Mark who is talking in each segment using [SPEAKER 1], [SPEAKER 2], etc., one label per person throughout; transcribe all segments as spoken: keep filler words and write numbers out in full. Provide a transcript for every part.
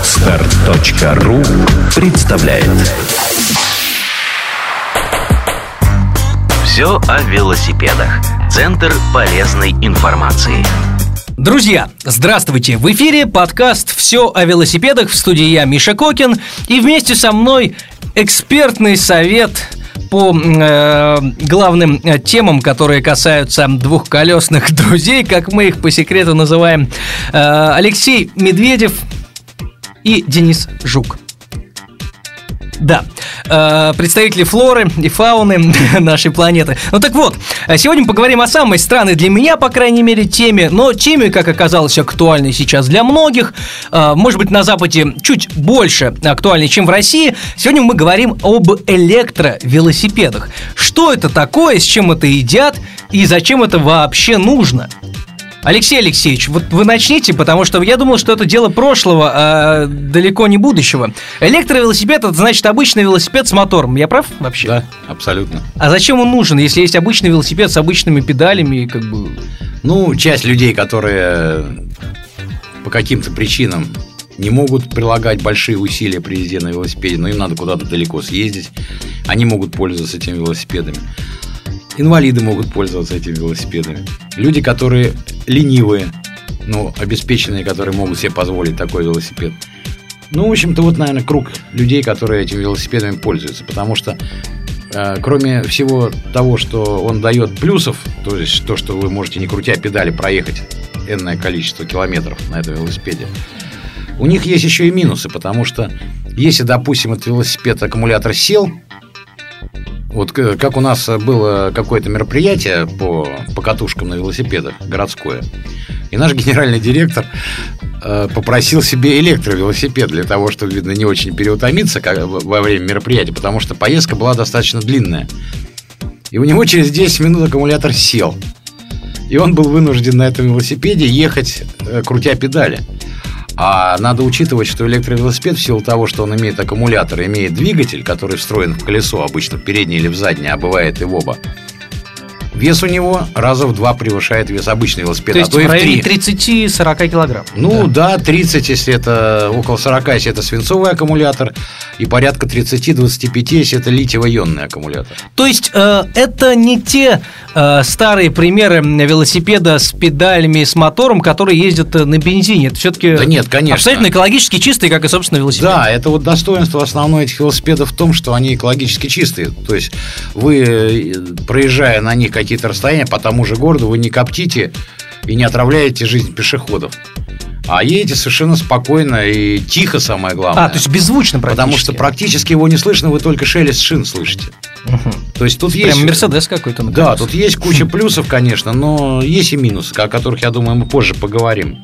[SPEAKER 1] Подстар точка ру представляет.
[SPEAKER 2] Все о велосипедах. Центр полезной информации.
[SPEAKER 3] Друзья, здравствуйте! В эфире подкаст «Все о велосипедах», в студии я, Миша Кокин, и вместе со мной экспертный совет по э, главным темам, которые касаются двухколесных друзей, как мы их по секрету называем, э, Алексей Медведев и Денис Жук. Да, э, представители флоры и фауны нашей планеты. Ну так вот, сегодня мы поговорим о самой странной для меня, по крайней мере, теме, но теме, как оказалось, актуальной сейчас для многих. э, Может быть, на Западе чуть больше актуальной, чем в России. Сегодня мы говорим об электровелосипедах. Что это такое, с чем это едят и зачем это вообще нужно? Алексей Алексеевич, вот вы начните, потому что я думал, что это дело прошлого, а далеко не будущего. Электровелосипед – это значит обычный велосипед с мотором. Я прав вообще?
[SPEAKER 4] Да, абсолютно.
[SPEAKER 3] А зачем он нужен, если есть обычный велосипед с обычными педалями? Как бы...
[SPEAKER 4] Ну, часть людей, которые по каким-то причинам не могут прилагать большие усилия при езде на велосипеде, но им надо куда-то далеко съездить, они могут пользоваться этими велосипедами. Инвалиды могут пользоваться этими велосипедами. Люди, которые ленивые, но обеспеченные, которые могут себе позволить такой велосипед. Ну, в общем-то, вот, наверное, круг людей, которые этими велосипедами пользуются. Потому что, э, кроме всего того, что он дает плюсов, то есть то, что вы можете, не крутя педали, проехать энное количество километров на этом велосипеде, у них есть еще и минусы. Потому что, если, допустим, этот велосипед, аккумулятор сел, вот как у нас было какое-то мероприятие по, по катушкам на велосипедах городское, и наш генеральный директор э, попросил себе электровелосипед для того, чтобы, видно, не очень переутомиться как, во время мероприятия, потому что поездка была достаточно длинная. И у него через десять минут аккумулятор сел. И он был вынужден на этом велосипеде ехать, э, крутя педали. А надо учитывать, что электровелосипед, в силу того, что он имеет аккумулятор, имеет двигатель, который встроен в колесо, обычно в переднее или в заднее, а бывает и в оба, вес у него раза в два превышает вес обычного велосипеда.
[SPEAKER 3] То есть
[SPEAKER 4] а то
[SPEAKER 3] в
[SPEAKER 4] и
[SPEAKER 3] районе
[SPEAKER 4] в три.
[SPEAKER 3] тридцать-сорок килограмм.
[SPEAKER 4] Ну да. да, тридцать, если это около сорок, если это свинцовый аккумулятор, и порядка тридцать-двадцать пять, если это литиево-ионный аккумулятор.
[SPEAKER 3] То есть э, это не те э, старые примеры велосипеда с педалями, с мотором, которые ездят на бензине. Это все-таки
[SPEAKER 4] да нет, конечно.
[SPEAKER 3] абсолютно экологически чистые, как и, собственно, велосипед.
[SPEAKER 4] Да, это вот достоинство основное этих велосипедов в том, что они экологически чистые. То есть вы, проезжая на них какие-то расстояния по тому же городу, вы не коптите и не отравляете жизнь пешеходов, а едете совершенно спокойно и тихо, самое главное.
[SPEAKER 3] А, то есть беззвучно практически.
[SPEAKER 4] Потому что практически его не слышно, вы только шелест шин слышите.
[SPEAKER 3] Угу.
[SPEAKER 4] То есть тут
[SPEAKER 3] прям
[SPEAKER 4] есть...
[SPEAKER 3] Мерседес какой-то. Наконец.
[SPEAKER 4] Да, тут есть куча плюсов, конечно, но есть и минусы, о которых, я думаю, мы позже поговорим.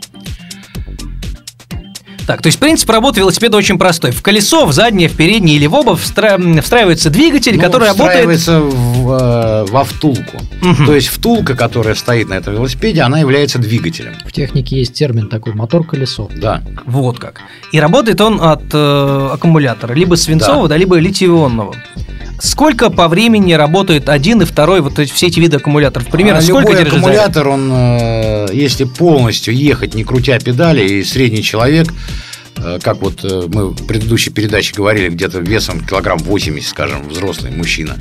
[SPEAKER 3] Так, то есть принцип работы велосипеда очень простой. В колесо, в заднее, в переднее или в оба встра... встраивается двигатель, ну, который
[SPEAKER 4] встраивается
[SPEAKER 3] работает...
[SPEAKER 4] в, во втулку. Угу. То есть втулка, которая стоит на этом велосипеде, она является двигателем.
[SPEAKER 5] В технике есть термин такой — мотор-колесо.
[SPEAKER 4] Да.
[SPEAKER 3] Вот как. И работает он от э, аккумулятора, либо свинцового, да. Да, либо литий-ионного. Сколько по времени работает один и второй, вот все эти виды аккумуляторов? Примерно а сколько
[SPEAKER 4] любой
[SPEAKER 3] держит
[SPEAKER 4] аккумулятор, он, если полностью ехать, не крутя педали, и средний человек, как вот мы в предыдущей передаче говорили, где-то весом килограмм восемьдесят, скажем, взрослый мужчина,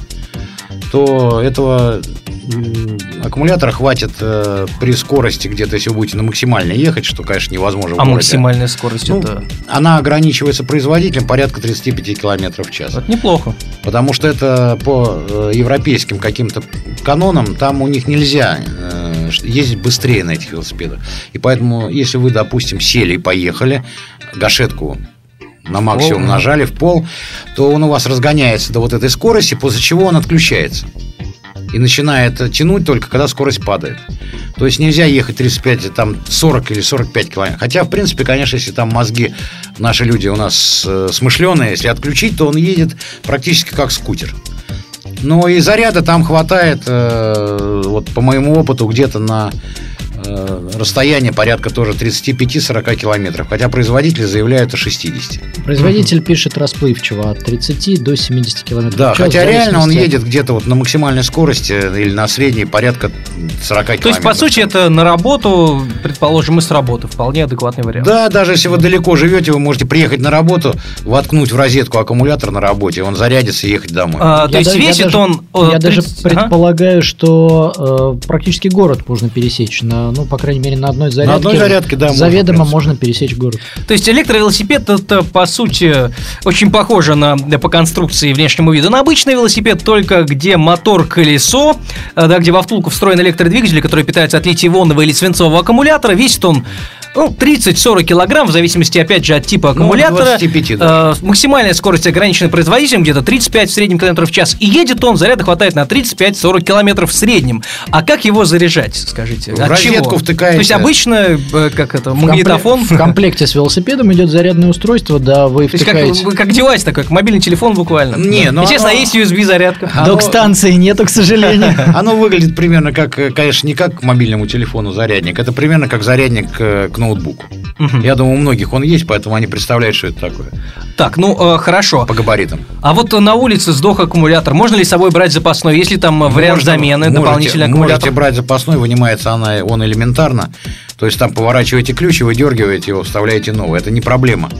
[SPEAKER 4] то этого аккумулятора хватит э, при скорости где-то, если вы будете на максимальной ехать, что, конечно, невозможно.
[SPEAKER 3] А максимальная скорость
[SPEAKER 4] ну,
[SPEAKER 3] это?
[SPEAKER 4] Она ограничивается производителем порядка тридцать пять километров в час.
[SPEAKER 3] Это неплохо.
[SPEAKER 4] Потому что это по э, европейским каким-то канонам, там у них нельзя э, ездить быстрее на этих велосипедах. И поэтому, если вы, допустим, сели и поехали, гашетку на максимум О, нажали в пол, то он у вас разгоняется до вот этой скорости, после чего он отключается. И начинает тянуть только когда скорость падает. То есть нельзя ехать тридцать пять, там сорок или сорок пять километров. Хотя, в принципе, конечно, если там мозги, наши люди у нас э, смышленые, если отключить, то он едет практически как скутер. Но и заряда там хватает, э, вот по моему опыту, где-то на расстояние порядка тоже тридцать пять - сорок километров, хотя производители заявляют о шестидесяти.
[SPEAKER 5] Производитель пишет расплывчиво от тридцати до семидесяти километров
[SPEAKER 4] Да,
[SPEAKER 5] в час.
[SPEAKER 4] хотя реально он едет где-то вот на максимальной скорости или на средней порядка сорока километров.
[SPEAKER 3] То есть, по сути, это на работу, предположим, и с работы вполне адекватный вариант.
[SPEAKER 4] Да, даже если вы далеко живете, вы можете приехать на работу, воткнуть в розетку аккумулятор на работе, он зарядится и ехать домой.
[SPEAKER 3] А, то
[SPEAKER 5] Я
[SPEAKER 3] есть
[SPEAKER 5] да-
[SPEAKER 3] весит
[SPEAKER 5] я даже,
[SPEAKER 3] он...
[SPEAKER 5] Я
[SPEAKER 3] э,
[SPEAKER 5] даже
[SPEAKER 3] тридцать
[SPEAKER 5] предполагаю, что э, практически город можно пересечь. На, ну, по крайней мере, на одной зарядке.
[SPEAKER 4] На одной зарядке, да, можно,
[SPEAKER 5] Заведомо
[SPEAKER 4] в принципе.
[SPEAKER 5] можно пересечь город.
[SPEAKER 3] То есть электровелосипед это, по сути, очень похоже на, по конструкции и внешнему виду на обычный велосипед, только где мотор-колесо, да, где во втулку встроен электродвигатель, который питается от литий-ионного или свинцового аккумулятора. Весит он ну, тридцать-сорок килограмм, в зависимости, опять же, от типа аккумулятора.
[SPEAKER 4] Ну, двадцать пять, да.
[SPEAKER 3] Э, максимальная скорость ограничена производителем, где-то тридцать пять в среднем километров в час. И едет он, заряда хватает на тридцать пять - сорок километров в среднем. А как его заряжать, скажите?
[SPEAKER 4] В
[SPEAKER 3] От
[SPEAKER 4] розетку
[SPEAKER 3] чего?
[SPEAKER 4] втыкаете.
[SPEAKER 3] То есть обычно, э, как это,
[SPEAKER 5] В компле-
[SPEAKER 3] магнитофон?
[SPEAKER 5] В комплекте с велосипедом идет зарядное устройство, да, вы
[SPEAKER 3] То есть как,
[SPEAKER 5] втыкаете.
[SPEAKER 3] как девайс такой, как мобильный телефон буквально.
[SPEAKER 4] Не, ну
[SPEAKER 3] Естественно,
[SPEAKER 4] оно-
[SPEAKER 3] есть ю эс би-зарядка.
[SPEAKER 4] оно-
[SPEAKER 5] Док-станции нету, к сожалению.
[SPEAKER 4] Оно выглядит примерно как, конечно, не как к мобильному телефону зарядник, это примерно как зарядник э, к ноутбуку. Я думаю, у многих он есть, поэтому они представляют, что это такое
[SPEAKER 3] Так, ну э, хорошо.
[SPEAKER 4] по габаритам.
[SPEAKER 3] А вот на улице сдох аккумулятор. Можно ли с собой брать запасной? Есть ли там э, вариант
[SPEAKER 4] Можно-
[SPEAKER 3] замены,
[SPEAKER 4] можете-
[SPEAKER 3] дополнительный аккумулятор?
[SPEAKER 4] Можете брать запасной, вынимается она, он элементарно. То есть там поворачиваете ключ и выдергиваете его, вставляете новый. Это не проблема.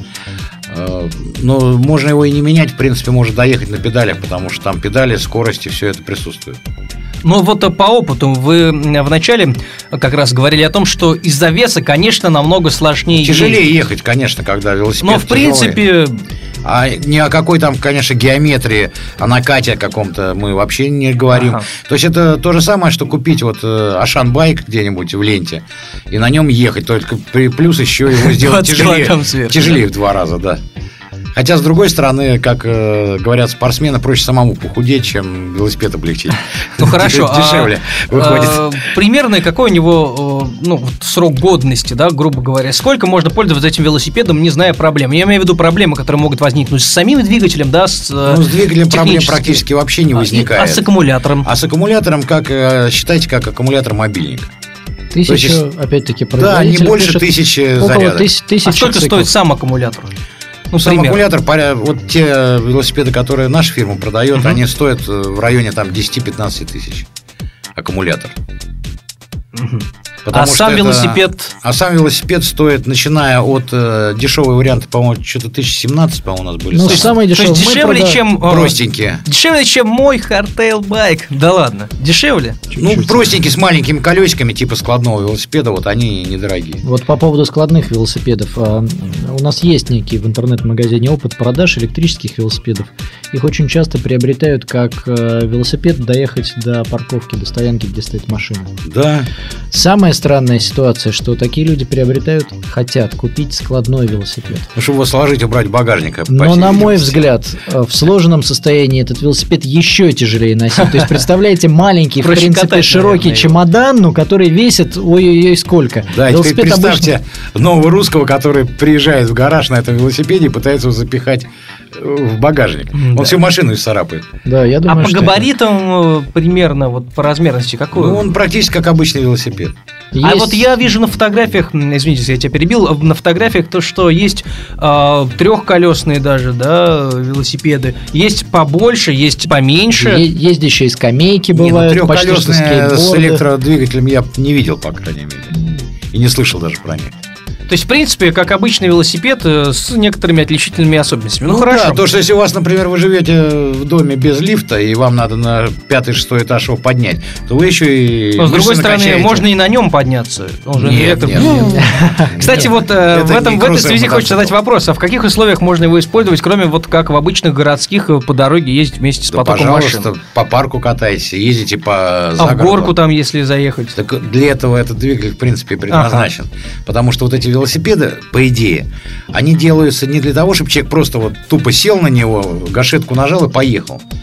[SPEAKER 4] Э, Но можно его и не менять, в принципе, может доехать на педалях, потому что там педали, скорости, все это присутствует.
[SPEAKER 3] Ну вот э, по опыту вы м, вначале как раз говорили о том, что из-за веса, конечно, намного сложнее
[SPEAKER 4] Тяжелее
[SPEAKER 3] ездить.
[SPEAKER 4] ехать, конечно, когда велосипед
[SPEAKER 3] Но в
[SPEAKER 4] тяжелый.
[SPEAKER 3] принципе,
[SPEAKER 4] А ни о какой там, конечно, геометрии, о накате каком-то мы вообще не говорим.
[SPEAKER 3] Ага.
[SPEAKER 4] То есть это то же самое, что купить вот э, Ашан байк где-нибудь в ленте и на нем ехать, только при- плюс еще его сделать
[SPEAKER 3] двадцать
[SPEAKER 4] тяжелее,
[SPEAKER 3] килограмм сверху,
[SPEAKER 4] тяжелее в два раза, да. Хотя, с другой стороны, как э, говорят спортсмены, проще самому похудеть, чем велосипед облегчить.
[SPEAKER 3] ну хорошо. а,
[SPEAKER 4] Дешевле выходит.
[SPEAKER 3] э, Примерно какой у него э, ну, вот срок годности, да, грубо говоря? Сколько можно пользоваться этим велосипедом, не зная проблем? Я имею в виду проблемы, которые могут возникнуть с самим двигателем, да, с э,
[SPEAKER 4] Ну, с двигателем проблем
[SPEAKER 3] технически.
[SPEAKER 4] практически вообще не
[SPEAKER 3] А, и-
[SPEAKER 4] возникает.
[SPEAKER 3] А с аккумулятором?
[SPEAKER 4] А с аккумулятором, как э, считайте, как аккумулятор мобильник.
[SPEAKER 5] Тысячу,
[SPEAKER 4] То есть-
[SPEAKER 5] опять-таки,
[SPEAKER 4] Да, не
[SPEAKER 5] производитель
[SPEAKER 4] больше
[SPEAKER 5] пишет
[SPEAKER 4] тысячи
[SPEAKER 5] около
[SPEAKER 4] зарядок.
[SPEAKER 5] тысяч, тысячи
[SPEAKER 3] А сколько
[SPEAKER 5] циклов.
[SPEAKER 3] стоит сам аккумулятор? Ну,
[SPEAKER 4] Сам
[SPEAKER 3] примерно.
[SPEAKER 4] аккумулятор, поря- вот те велосипеды, которые наша фирма продает,
[SPEAKER 3] Мгм.
[SPEAKER 4] они стоят э, в районе там десять-пятнадцать тысяч аккумулятор.
[SPEAKER 3] Мгм.
[SPEAKER 4] Потому
[SPEAKER 3] А
[SPEAKER 4] что
[SPEAKER 3] сам
[SPEAKER 4] это-
[SPEAKER 3] велосипед?
[SPEAKER 4] А сам велосипед стоит, начиная от э, дешевый вариант, по-моему, что-то тысяча семнадцать, по-моему, у нас были.
[SPEAKER 5] Ну,
[SPEAKER 4] самые
[SPEAKER 5] самый
[SPEAKER 3] То
[SPEAKER 5] дешевый.
[SPEAKER 3] есть
[SPEAKER 5] Мы
[SPEAKER 3] дешевле,
[SPEAKER 5] прода-
[SPEAKER 3] чем... э,
[SPEAKER 4] простенькие.
[SPEAKER 3] Дешевле, чем мой Hardtail байк. Да ладно, дешевле?
[SPEAKER 4] Ну,
[SPEAKER 5] чуть-чуть.
[SPEAKER 4] простенькие, с маленькими колесиками, типа складного велосипеда, вот они недорогие.
[SPEAKER 5] Вот по поводу складных велосипедов. а, У нас есть некий в интернет-магазине опыт продаж электрических велосипедов. Их очень часто приобретают как э, велосипед доехать до парковки, до стоянки, где стоит машина.
[SPEAKER 4] Да.
[SPEAKER 5] Самая странная ситуация, что такие люди приобретают, хотят купить складной велосипед.
[SPEAKER 4] Ну, чтобы его сложить, убрать в багажник. по
[SPEAKER 5] Но,
[SPEAKER 4] всей
[SPEAKER 5] на мой
[SPEAKER 4] видимости.
[SPEAKER 5] взгляд, э, в сложенном состоянии этот велосипед еще тяжелее носить. То есть, представляете, маленький, в
[SPEAKER 3] Проще
[SPEAKER 5] принципе,
[SPEAKER 3] катать,
[SPEAKER 5] широкий
[SPEAKER 3] наверное, его.
[SPEAKER 5] чемодан, ну, который весит ой-ой-ой сколько.
[SPEAKER 4] Да, и теперь
[SPEAKER 5] Велосипед
[SPEAKER 4] представьте
[SPEAKER 5] обычно-
[SPEAKER 4] нового русского, который приезжает в гараж на этом велосипеде и пытается его запихать э, в багажник. Он
[SPEAKER 3] Да.
[SPEAKER 4] всю машину исцарапает.
[SPEAKER 5] Да, я
[SPEAKER 3] А
[SPEAKER 5] думаю,
[SPEAKER 3] по
[SPEAKER 5] что
[SPEAKER 3] габаритам э, примерно, вот по размерности какой?
[SPEAKER 4] Ну, он практически как обычный велосипед.
[SPEAKER 5] это
[SPEAKER 3] А
[SPEAKER 5] есть-
[SPEAKER 3] вот я вижу на фотографиях, м, извините, если я тебя перебил, на фотографиях то, что есть э, трехколесные даже, да, велосипеды, есть побольше, есть поменьше.
[SPEAKER 5] Е- ездящие скамейки бывают,
[SPEAKER 4] Не, ну,
[SPEAKER 5] почти что
[SPEAKER 4] трехколесные с
[SPEAKER 5] скейтборды.
[SPEAKER 4] электродвигателем я не видел, по крайней мере. И не слышал даже про них.
[SPEAKER 3] То есть, в принципе, как обычный велосипед э, с некоторыми отличительными особенностями. Ну, хорошо.
[SPEAKER 4] Да, то, что если у вас, например, вы живете в доме без лифта, и вам надо на пятый-шестой этаж его поднять, то вы еще и
[SPEAKER 3] Но, с
[SPEAKER 4] мышцы
[SPEAKER 3] другой стороны,
[SPEAKER 4] накачаете.
[SPEAKER 3] можно и на нем подняться. Он же
[SPEAKER 4] Нет,
[SPEAKER 3] электро-
[SPEAKER 4] нет,
[SPEAKER 3] Ну,
[SPEAKER 4] нет.
[SPEAKER 3] Кстати,
[SPEAKER 4] Нет.
[SPEAKER 3] вот э,
[SPEAKER 4] Это
[SPEAKER 3] в, этом,
[SPEAKER 4] не
[SPEAKER 3] в этой
[SPEAKER 4] круизовый
[SPEAKER 3] связи хочется
[SPEAKER 4] мотоцикл.
[SPEAKER 3] задать вопрос, а в каких условиях можно его использовать, кроме вот как в обычных городских э, по дороге ездить вместе с
[SPEAKER 4] Да,
[SPEAKER 3] потоком
[SPEAKER 4] пожалуйста,
[SPEAKER 3] машин?
[SPEAKER 4] по парку катайтесь, ездите по
[SPEAKER 3] А в
[SPEAKER 4] загороду.
[SPEAKER 3] горку там, если заехать?
[SPEAKER 4] Так для этого этот двигатель, в принципе, и предназначен. Потому что вот эти велосипеды, по идее, они делаются не для того, чтобы человек просто вот тупо сел на него, гашетку нажал и поехал.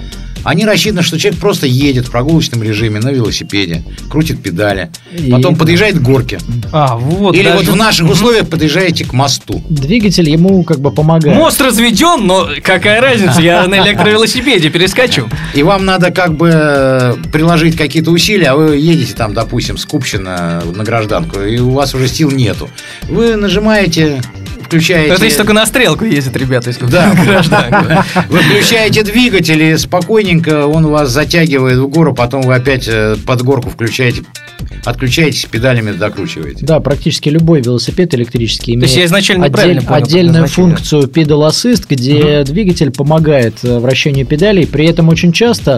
[SPEAKER 4] Они рассчитаны, что человек просто едет в прогулочном режиме на велосипеде, крутит педали,
[SPEAKER 5] И-
[SPEAKER 4] потом подъезжает к горке.
[SPEAKER 3] А, вот.
[SPEAKER 4] Или
[SPEAKER 3] даже-
[SPEAKER 4] вот в наших условиях подъезжаете к мосту.
[SPEAKER 5] Двигатель ему как бы помогает.
[SPEAKER 3] Мост разведен, но какая разница, я на электровелосипеде перескочу.
[SPEAKER 4] И вам надо как бы приложить какие-то усилия, а вы едете там, допустим, с Купчино на гражданку, и у вас уже сил нету. Вы нажимаете, включаете...
[SPEAKER 3] Это если только на стрелку ездят ребята, если
[SPEAKER 4] Да.
[SPEAKER 3] гражданка.
[SPEAKER 4] Вы включаете двигатель, и спокойненько он вас затягивает в гору, потом вы опять э, под горку включаете, отключаетесь, педалями докручиваете.
[SPEAKER 5] Да, практически любой велосипед электрический
[SPEAKER 3] То
[SPEAKER 5] имеет
[SPEAKER 3] есть я изначально
[SPEAKER 5] отдель-
[SPEAKER 3] правильно понял
[SPEAKER 5] отдельную
[SPEAKER 3] предназначение.
[SPEAKER 5] функцию Pedal Assist, где двигатель помогает э, вращению педалей. При этом очень часто,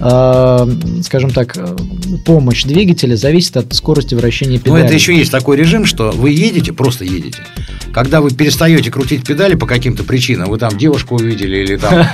[SPEAKER 5] э, скажем так, э, помощь двигателя зависит от скорости вращения
[SPEAKER 4] Но
[SPEAKER 5] педалей.
[SPEAKER 4] это еще есть такой режим, что вы едете, просто едете. Когда вы перестаете крутить педали по каким-то причинам, вы там девушку увидели или там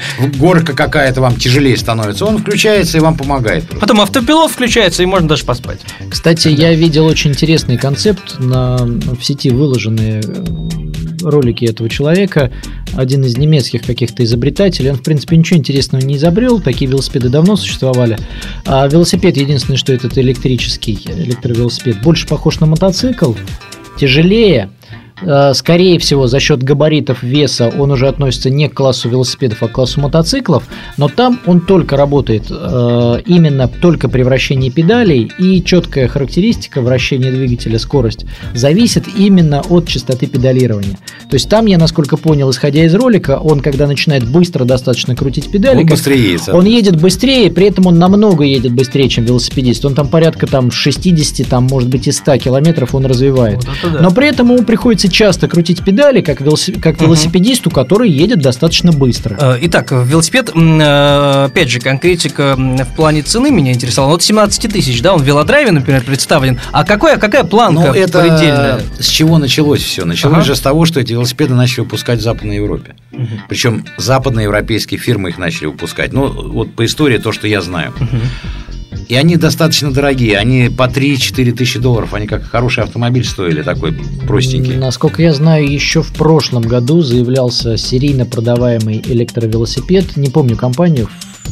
[SPEAKER 4] горка какая-то вам тяжелее становится, он включается и вам помогает. просто.
[SPEAKER 3] Потом автопилот включается, и можно даже поспать.
[SPEAKER 5] Кстати, я видел очень интересный концепт, на, в сети выложенные э, ролики этого человека. Один из немецких каких-то изобретателей, он, в принципе, ничего интересного не изобрел, такие велосипеды давно существовали. А велосипед, единственное, что этот электрический электровелосипед, больше похож на мотоцикл, тяжелее. Э, Скорее всего, за счет габаритов веса он уже относится не к классу велосипедов, а к классу мотоциклов, но там он только работает э, именно только при вращении педалей, и четкая характеристика вращения двигателя, скорость, зависит именно от частоты педалирования. То есть там, я насколько понял, исходя из ролика, он, когда начинает быстро достаточно крутить педали,
[SPEAKER 4] Он
[SPEAKER 5] как-
[SPEAKER 4] быстрее едет.
[SPEAKER 5] он едет быстрее, при этом он намного едет быстрее, чем велосипедист. Он там порядка там, шестьдесят, там, может быть, и ста километров он развивает.
[SPEAKER 3] Вот это да.
[SPEAKER 5] Но при этом ему приходится часто крутить педали, как, велосип- как велосипедисту, который едет достаточно быстро.
[SPEAKER 3] Э, Итак, велосипед, м, э, опять же, конкретика м, в плане цены меня интересовала. Вот семнадцать тысяч, да, он в велодрайве, например, представлен. А какой, какая планка
[SPEAKER 4] Ну, это
[SPEAKER 3] предельная?
[SPEAKER 4] с чего началось все? Началось
[SPEAKER 3] Ага.
[SPEAKER 4] же с того, что эти велосипеды начали выпускать в Западной Европе. Причем западноевропейские фирмы их начали выпускать. Ну, вот по истории то, что я знаю. И они достаточно дорогие. Они по три-четыре тысячи долларов. Они как хороший автомобиль стоили, такой простенький.
[SPEAKER 5] Насколько я знаю, еще в прошлом году заявлялся серийно продаваемый электровелосипед. Не помню компанию,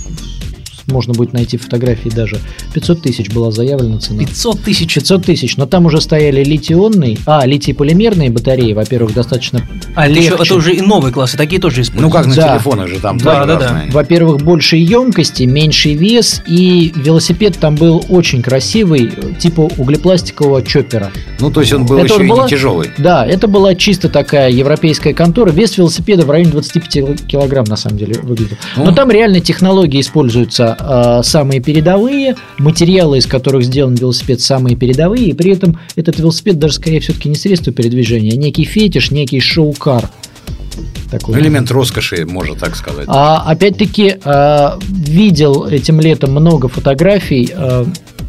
[SPEAKER 5] можно будет найти фотографии даже. пятьсот тысяч была заявлена цена.
[SPEAKER 3] пятьсот тысяч.
[SPEAKER 5] пятьсот тысяч, но там уже стояли литий-ионные, а, литий-полимерные батареи, во-первых, достаточно
[SPEAKER 3] А это, еще,
[SPEAKER 5] легче.
[SPEAKER 3] это уже и новые классы, такие тоже используют.
[SPEAKER 4] Ну, как на
[SPEAKER 5] Да.
[SPEAKER 4] телефонах же там
[SPEAKER 3] Да,
[SPEAKER 4] тоже
[SPEAKER 3] да, да.
[SPEAKER 4] разные.
[SPEAKER 5] Во-первых, большей емкости, меньший вес, и велосипед там был очень красивый, типа углепластикового чоппера.
[SPEAKER 4] Ну, то есть он был
[SPEAKER 5] Это
[SPEAKER 4] еще
[SPEAKER 5] вот
[SPEAKER 4] и
[SPEAKER 5] была-
[SPEAKER 4] не тяжелый.
[SPEAKER 5] Да, это была чисто такая европейская контора. Вес велосипеда в районе двадцать пять килограмм, на самом деле, выглядел. Но
[SPEAKER 4] Ну.
[SPEAKER 5] там реально технологии используются э, самые передовые, материалы, из которых сделан велосипед, самые передовые, и при этом этот велосипед даже, скорее, все-таки не средство передвижения, а некий фетиш, некий шоу-кар. Такой.
[SPEAKER 4] Ну, элемент роскоши, можно так сказать.
[SPEAKER 5] А, опять-таки, а, видел этим летом много фотографий. а,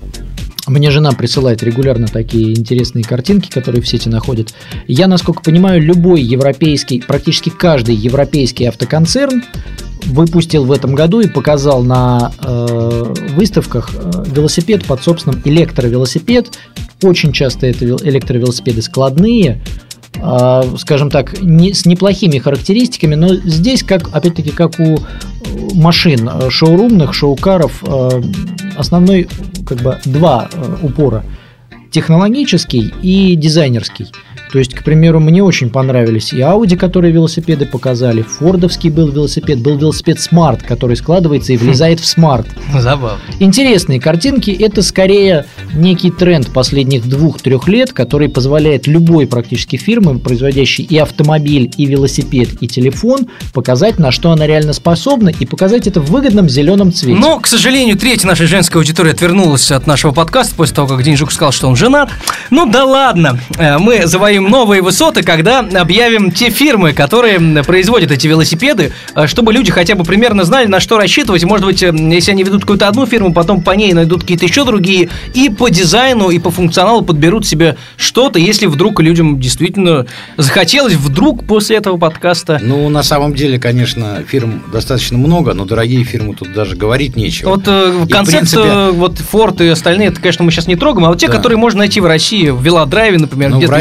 [SPEAKER 5] Мне жена присылает регулярно такие интересные картинки, которые в сети находят. Я, насколько понимаю, любой европейский, практически каждый европейский автоконцерн выпустил в этом году и показал на э, выставках э, велосипед под собственным электровелосипед. Очень часто это вел- электровелосипеды складные, а, скажем так, не, с неплохими характеристиками, но здесь, как, опять-таки, как у машин э, шоурумных, шоукаров, э, основной, как бы, два э, упора: технологический и дизайнерский. То есть, к примеру, мне очень понравились и Audi, которые велосипеды показали, фордовский был велосипед, был велосипед Smart, который складывается и влезает в Smart.
[SPEAKER 3] Забавно.
[SPEAKER 5] Интересные картинки. Это скорее некий тренд последних двух-трех лет, который позволяет любой практически фирме, производящей и автомобиль, и велосипед, и телефон, показать, на что она реально способна, и показать это в выгодном зеленом цвете.
[SPEAKER 3] Но, к сожалению, треть нашей женской аудитории отвернулась от нашего подкаста после того, как День Жук сказал, что он женат. Ну да ладно, Э, мы завоим новые высоты, когда объявим те фирмы, которые производят эти велосипеды, э, чтобы люди хотя бы примерно знали, на что рассчитывать. И, может быть, э, если они ведут какую-то одну фирму, потом по ней найдут какие-то еще другие, и по дизайну, и по функционалу подберут себе что-то, если вдруг людям действительно захотелось вдруг после этого подкаста.
[SPEAKER 4] Ну, на самом деле, конечно, фирм достаточно много, но дорогие фирмы тут даже говорить нечего.
[SPEAKER 3] Вот э,
[SPEAKER 4] И, в
[SPEAKER 3] концепт,
[SPEAKER 4] принципе,
[SPEAKER 3] э, вот Ford и остальные, это, конечно, мы сейчас не трогаем, а вот те,
[SPEAKER 4] Да.
[SPEAKER 3] которые можно найти в России, в велодрайве, например,
[SPEAKER 4] ну, в
[SPEAKER 3] где-то
[SPEAKER 4] России
[SPEAKER 3] еще.
[SPEAKER 4] вот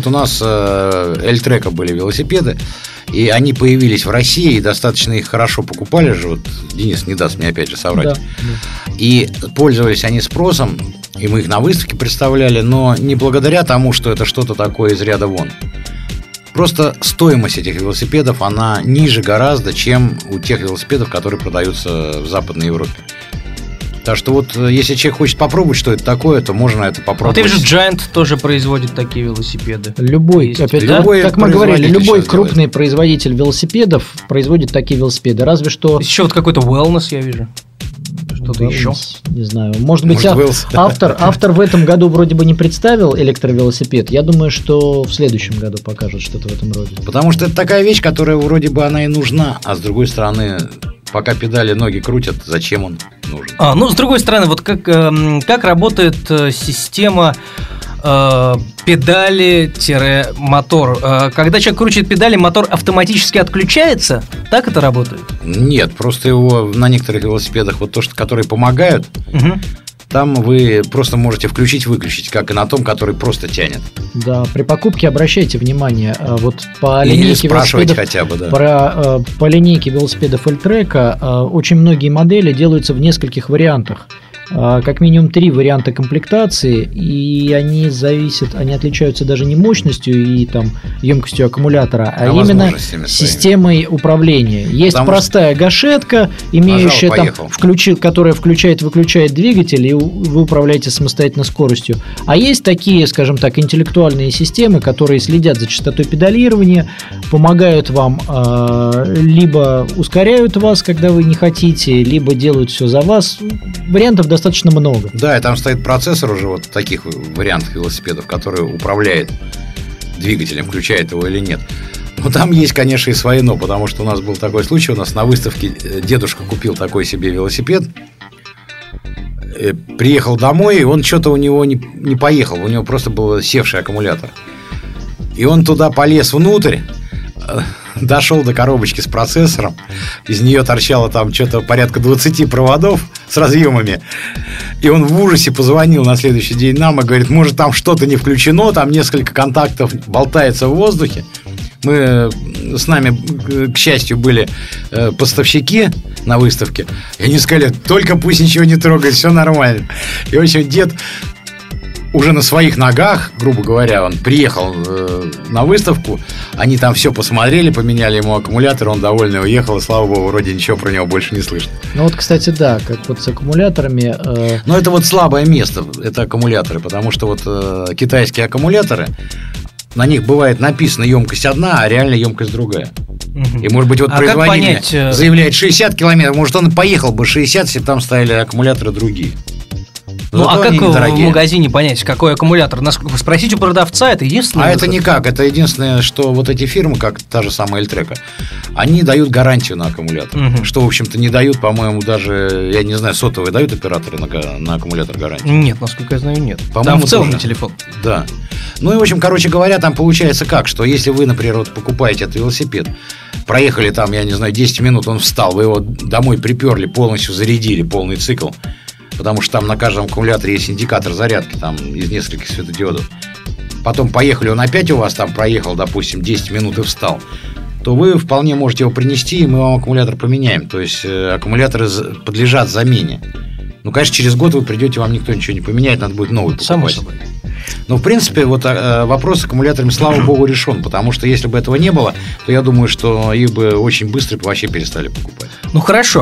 [SPEAKER 4] у нас Эльтрека были велосипеды, и они появились в России, и достаточно их хорошо покупали же. Вот Денис не даст мне опять же соврать. Да, да. И пользовались они спросом, и мы их на выставке представляли, но не благодаря тому, что это что-то такое из ряда вон. Просто стоимость этих велосипедов, она ниже гораздо, чем у тех велосипедов, которые продаются в Западной Европе. Так что вот, если человек хочет попробовать, что это такое, то можно это попробовать. Вот
[SPEAKER 3] и же Giant тоже производит такие велосипеды.
[SPEAKER 5] Любой, опять, да? любой как мы говорили, любой крупный делает. производитель велосипедов производит такие велосипеды. Разве что...
[SPEAKER 3] Еще вот какой-то Wellness я вижу. Что-то wellness, еще.
[SPEAKER 5] Не знаю. Может быть, Может, автор, автор в этом году вроде бы не представил электровелосипед. Я думаю, что в следующем году покажут что-то в этом роде.
[SPEAKER 4] Потому что это такая вещь, которая вроде бы она и нужна, а с другой стороны... Пока педали ноги крутят, зачем он нужен?
[SPEAKER 3] А, ну, с другой стороны, вот как, э, как работает э, система э, педали-мотор? Э, когда человек крутит педали, мотор автоматически отключается? Так это работает?
[SPEAKER 4] Нет, просто его на некоторых велосипедах, вот то, что, которые помогают, угу. Там вы просто можете включить-выключить, как и на том, который просто тянет.
[SPEAKER 5] Да, при покупке обращайте внимание, вот по
[SPEAKER 4] Или
[SPEAKER 5] линейке
[SPEAKER 4] спрашивайте хотя бы, да.
[SPEAKER 5] Про, по линейке велосипедов Эльтрека очень многие модели делаются в нескольких вариантах. Как минимум три варианта комплектации, и они зависят, они отличаются даже не мощностью и там емкостью аккумулятора, а, а именно системой управления. Есть Потому простая что... гашетка, имеющая Нажал, там, включи, которая включает-выключает двигатель, и вы управляете самостоятельно скоростью. А есть такие, скажем так, интеллектуальные системы, которые следят за частотой педалирования, помогают вам, э, либо ускоряют вас, когда вы не хотите, либо делают все за вас. Вариантов достаточно достаточно много.
[SPEAKER 4] Да, и там стоит процессор уже вот таких вариантов велосипедов, который управляет двигателем, включает его или нет. Но там есть, конечно, и свои но, потому что у нас был такой случай, у нас на выставке дедушка купил такой себе велосипед, приехал домой, и он что-то у него не, не поехал, у него просто был севший аккумулятор. И он туда полез внутрь, дошел до коробочки с процессором, из нее торчало там что-то порядка двадцати проводов с разъемами, и он в ужасе позвонил на следующий день нам и говорит, может там что-то не включено, там несколько контактов болтается в воздухе. Мы, с нами, к счастью, были поставщики на выставке, и они сказали, только пусть ничего не трогает, все нормально. И в общем дед уже на своих ногах, грубо говоря, он приехал э, на выставку, они там все посмотрели, поменяли ему аккумулятор, он довольный уехал, и слава богу, вроде ничего про него больше не слышно.
[SPEAKER 5] Ну вот, кстати, да, как вот с аккумуляторами. Э...
[SPEAKER 4] Но это вот слабое место, это аккумуляторы, потому что вот э, китайские аккумуляторы, на них бывает написано емкость одна, а реально емкость другая. Угу. И может быть вот а производитель заявляет шестьдесят километров, может он и поехал бы шестьдесят, если бы там стояли аккумуляторы другие.
[SPEAKER 3] Ну, а как в магазине понять, какой аккумулятор? Спросить у продавца, это единственное.
[SPEAKER 4] А это никак, это единственное, что вот эти фирмы, как та же самая Эльтрека, они дают гарантию на аккумулятор. Угу. Что, в общем-то, не дают, по-моему, даже, я не знаю, сотовые дают операторы на, на аккумулятор гарантию?
[SPEAKER 3] Нет, насколько я знаю, нет. По-моему, там в целом на телефон.
[SPEAKER 4] Да. Ну и, в общем, короче говоря, там получается как, что если вы, например, вот покупаете этот велосипед, проехали там, я не знаю, десять минут, он встал, вы его домой приперли, полностью зарядили, полный цикл, потому что там на каждом аккумуляторе есть индикатор зарядки, там из нескольких светодиодов. Потом поехали, он опять у вас там проехал, допустим, десять минут и встал, то вы вполне можете его принести, и мы вам аккумулятор поменяем. То есть э, аккумуляторы подлежат замене. Ну, конечно, через год вы придете, вам никто ничего не поменяет, надо будет новый покупать.
[SPEAKER 3] Само собой.
[SPEAKER 4] Но, в принципе, вот э, вопрос с аккумуляторами, слава богу, решен, потому что если бы этого не было, то я думаю, что их бы очень быстро вообще перестали покупать.
[SPEAKER 3] Ну, хорошо.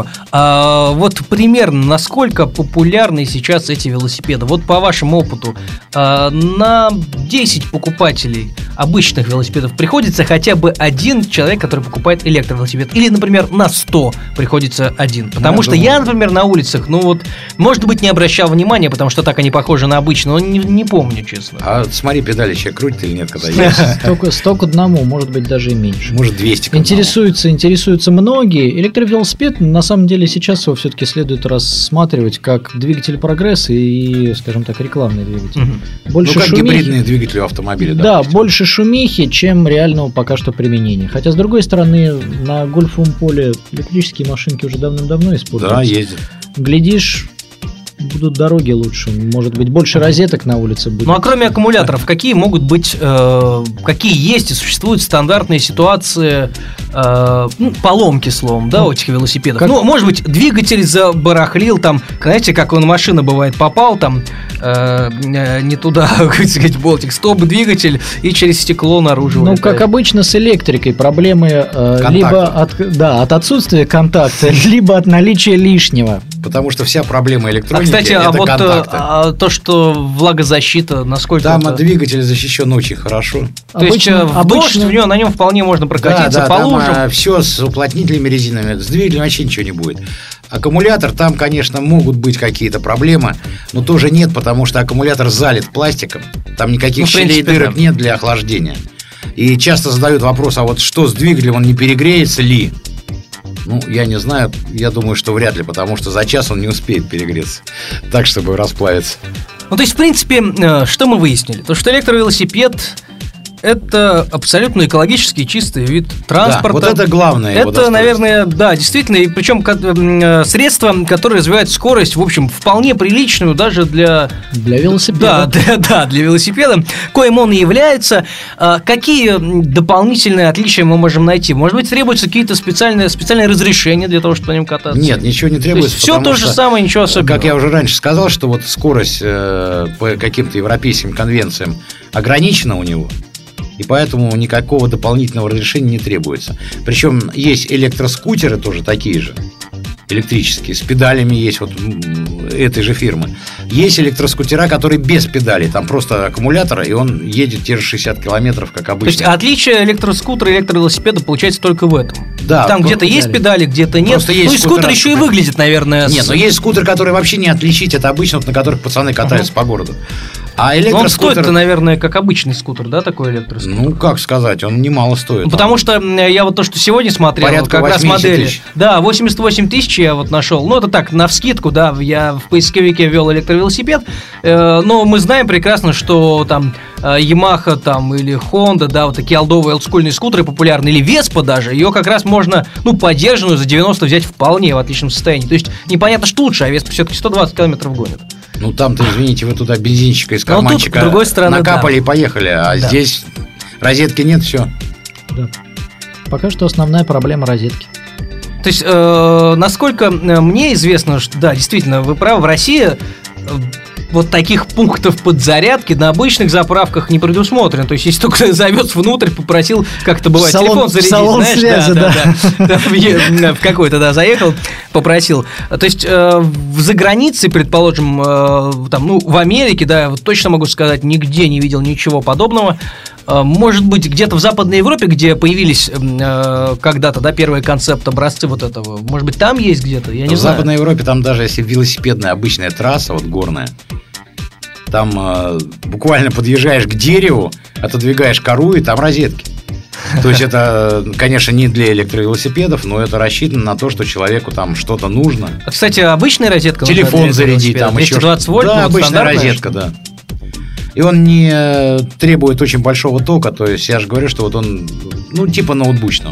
[SPEAKER 3] А вот примерно насколько популярны сейчас эти велосипеды? Вот по вашему опыту, а, на десять покупателей обычных велосипедов приходится хотя бы один человек, который покупает электровелосипед? Или, например, на сто приходится один? Потому я что думаю... я, например, на улицах, ну вот, может быть, не обращал внимания, потому что так они похожи на обычные, но не, не помню, честно.
[SPEAKER 4] А смотри, педали человек крутит или нет, когда едет?
[SPEAKER 5] Сто к одному, может быть, даже и меньше.
[SPEAKER 4] Может, двести к
[SPEAKER 5] одному. Интересуются, интересуются многие. Электровелосипед, на самом деле, сейчас его все-таки следует рассматривать как двигатель прогресса и, скажем так, рекламный двигатель.
[SPEAKER 4] Угу. Больше ну, как шумихи... гибридные двигатели автомобиля.
[SPEAKER 5] Да, допустим. Больше шумихи, чем реального пока что применения. Хотя, с другой стороны, на гольфовом поле электрические машинки уже давным-давно используются.
[SPEAKER 4] Да, ездят.
[SPEAKER 5] Глядишь, будут дороги лучше, может быть, больше розеток на улице будет.
[SPEAKER 3] Ну а кроме аккумуляторов, какие могут быть, э, какие есть и существуют стандартные ситуации э, ну, поломки, словом, да, у этих велосипедов? Как? Ну, может быть, двигатель забарахлил, там, знаете, как он, машина бывает, попал там э, не туда, как сказать, болтик, стоп-двигатель и через стекло наружу.
[SPEAKER 5] Ну,
[SPEAKER 3] вылетает.
[SPEAKER 5] как обычно с электрикой, проблемы э, либо от, да, от отсутствия контакта, либо от наличия лишнего.
[SPEAKER 4] Потому что вся проблема электроники
[SPEAKER 3] а, кстати,
[SPEAKER 4] это
[SPEAKER 3] а вот
[SPEAKER 4] контакты.
[SPEAKER 3] А, то, что влагозащита, насколько
[SPEAKER 4] Там
[SPEAKER 3] это...
[SPEAKER 4] двигатель защищен очень хорошо.
[SPEAKER 3] То обычно, есть в обычно... дождь в нем, на нем вполне можно прокатиться,
[SPEAKER 4] да, да,
[SPEAKER 3] по
[SPEAKER 4] там,
[SPEAKER 3] лужам.
[SPEAKER 4] а, все с уплотнительными резинами, с двигателем вообще ничего не будет. Аккумулятор, там, конечно, могут быть какие-то проблемы, но тоже нет, потому что аккумулятор залит пластиком, там никаких
[SPEAKER 3] ну,
[SPEAKER 4] щелей и дырок да. нет для охлаждения. И часто задают вопрос, а вот что с двигателем, он не перегреется ли? Ну, я не знаю, я думаю, что вряд ли, потому что за час он не успеет перегреться так, чтобы расплавиться.
[SPEAKER 3] Ну, то есть, в принципе, что мы выяснили? То, что электровелосипед – это абсолютно экологически чистый вид транспорта.
[SPEAKER 4] Да, вот это главное.
[SPEAKER 3] Это, наверное, да, действительно, и причем средство, которое развивает скорость, в общем, вполне приличную даже для...
[SPEAKER 5] Для велосипеда.
[SPEAKER 3] Да, для, да, для велосипеда, коим он и является. Какие дополнительные отличия мы можем найти? Может быть, требуются какие-то специальные, специальные разрешения для того, чтобы на нем кататься?
[SPEAKER 4] Нет, ничего не требуется.
[SPEAKER 3] То есть все то же самое, ничего особенного.
[SPEAKER 4] Как я уже раньше сказал, что вот скорость э, по каким-то европейским конвенциям ограничена у него. И поэтому никакого дополнительного разрешения не требуется. Причем есть электроскутеры тоже такие же, электрические, с педалями есть вот этой же фирмы. Есть электроскутера, которые без педалей, там просто аккумулятор, и он едет те же шестьдесят километров, как обычно.
[SPEAKER 3] То есть отличие электроскутера и электровелосипеда получается только в этом.
[SPEAKER 4] Да,
[SPEAKER 3] там где-то педали. Есть педали, где-то нет.
[SPEAKER 4] Просто есть
[SPEAKER 3] ну и скутер еще и выглядит, наверное.
[SPEAKER 4] Нет, с... но есть скутер, который вообще не отличить, это обычно, вот, на которых пацаны катаются uh-huh. по городу. А электроскутер... Он
[SPEAKER 3] стоит-то, наверное, как обычный скутер, да, такой электроскутер?
[SPEAKER 4] Ну, как сказать, он немало стоит.
[SPEAKER 3] Ну, потому что я вот то, что сегодня смотрел,
[SPEAKER 4] порядка
[SPEAKER 3] как раз модели.
[SPEAKER 4] Тысяч.
[SPEAKER 3] Да, восемьдесят восемь тысяч я вот нашел. Ну, это так, навскидку, да, я в поисковике ввел электровелосипед, э, но мы знаем прекрасно, что там Yamaha там, или Honda, да, вот такие олдовые олдскульные скутеры популярны, или Vespa даже, ее как раз можно, ну, подержанную за девяносто взять вполне в отличном состоянии. То есть непонятно, что лучше, а Vespa все-таки сто двадцать километров гонит.
[SPEAKER 4] Ну, там-то, извините, вы туда бензинчика из карманчика
[SPEAKER 3] тут, с другой стороны,
[SPEAKER 4] накапали
[SPEAKER 3] да.
[SPEAKER 4] и поехали, а да. здесь розетки нет, все.
[SPEAKER 5] Да. Пока что основная проблема розетки.
[SPEAKER 3] То есть, э, насколько мне известно, что, да, действительно, вы правы, в России... Э, вот таких пунктов подзарядки на обычных заправках не предусмотрено. То есть, если только завез внутрь, попросил, как это бывает, салон, телефон зарядить,
[SPEAKER 5] салон
[SPEAKER 3] знаешь,
[SPEAKER 5] связи,
[SPEAKER 3] да, да, да, да, в, в какой-то, да, заехал, попросил. То есть, э, за границей, предположим, э, там, ну, в Америке, да, я вот точно могу сказать, нигде не видел ничего подобного. Э, может быть, где-то в Западной Европе, где появились э, когда-то, да, первые концепты, образцы вот этого, может быть, там есть где-то, я не
[SPEAKER 4] в
[SPEAKER 3] знаю.
[SPEAKER 4] В Западной Европе там даже если велосипедная обычная трасса, вот горная, там э, буквально подъезжаешь к дереву, отодвигаешь кору, и там розетки. То есть это, конечно, не для электровелосипедов, но это рассчитано на то, что человеку там что-то нужно.
[SPEAKER 3] Кстати, обычная розетка?
[SPEAKER 4] Телефон зарядить, там еще
[SPEAKER 3] двести двадцать вольт,
[SPEAKER 4] да,
[SPEAKER 3] ну,
[SPEAKER 4] обычная розетка, да. И он не требует очень большого тока, то есть я же говорю, что вот он, ну, типа ноутбучного.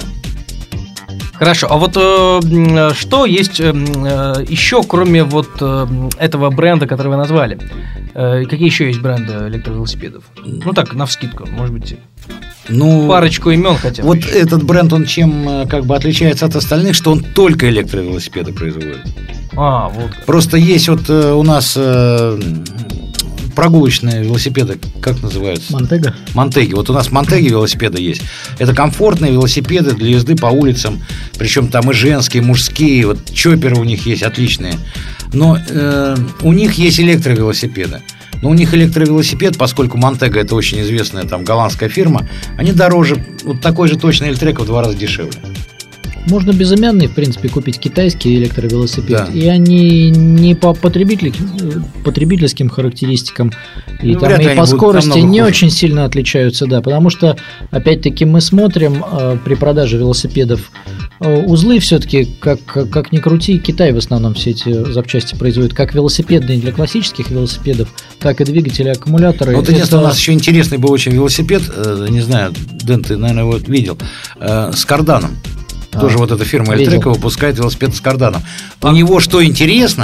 [SPEAKER 3] Хорошо, а вот э, что есть э, еще, кроме вот э, этого бренда, который вы назвали? Э, какие еще есть бренды электровелосипедов? Ну так, навскидку, может быть,
[SPEAKER 4] ну,
[SPEAKER 3] парочку имен хотя бы.
[SPEAKER 4] Вот
[SPEAKER 3] еще.
[SPEAKER 4] Этот бренд, он чем как бы отличается от остальных, что он только электровелосипеды производит.
[SPEAKER 3] А, вот.
[SPEAKER 4] Просто есть вот э, у нас э, прогулочные велосипеды, как называются?
[SPEAKER 5] Монтега.
[SPEAKER 4] Монтеги. Вот у нас Монтеги велосипеды есть. Это комфортные велосипеды для езды по улицам. Причем там и женские, и мужские. Вот чопперы у них есть отличные. Но э, у них есть электровелосипеды. Но у них электровелосипед, поскольку Монтега это очень известная там голландская фирма, они дороже. Вот такой же точно Эльтрека в два раза дешевле.
[SPEAKER 5] Можно безымянный, в принципе, купить китайский электровелосипед,
[SPEAKER 4] Да.
[SPEAKER 5] и они не по потребитель- потребительским характеристикам и,
[SPEAKER 4] Ну,
[SPEAKER 5] там,
[SPEAKER 4] вряд ли
[SPEAKER 5] и
[SPEAKER 4] они
[SPEAKER 5] по
[SPEAKER 4] будут
[SPEAKER 5] скорости
[SPEAKER 4] намного
[SPEAKER 5] не
[SPEAKER 4] хуже.
[SPEAKER 5] очень сильно отличаются, да, потому что, опять-таки, мы смотрим э, при продаже велосипедов, э, узлы все-таки, как, как, как ни крути, Китай в основном все эти запчасти производит, как велосипедные для классических велосипедов, так и двигатели, аккумуляторы.
[SPEAKER 4] Вот единственное, у нас еще интересный был очень велосипед, э, не знаю, Дэн, ты, наверное, его видел, э, с карданом. Тоже
[SPEAKER 5] А,
[SPEAKER 4] вот эта фирма
[SPEAKER 5] видел.
[SPEAKER 4] Эльтрека выпускает велосипед с карданом. У него что интересно,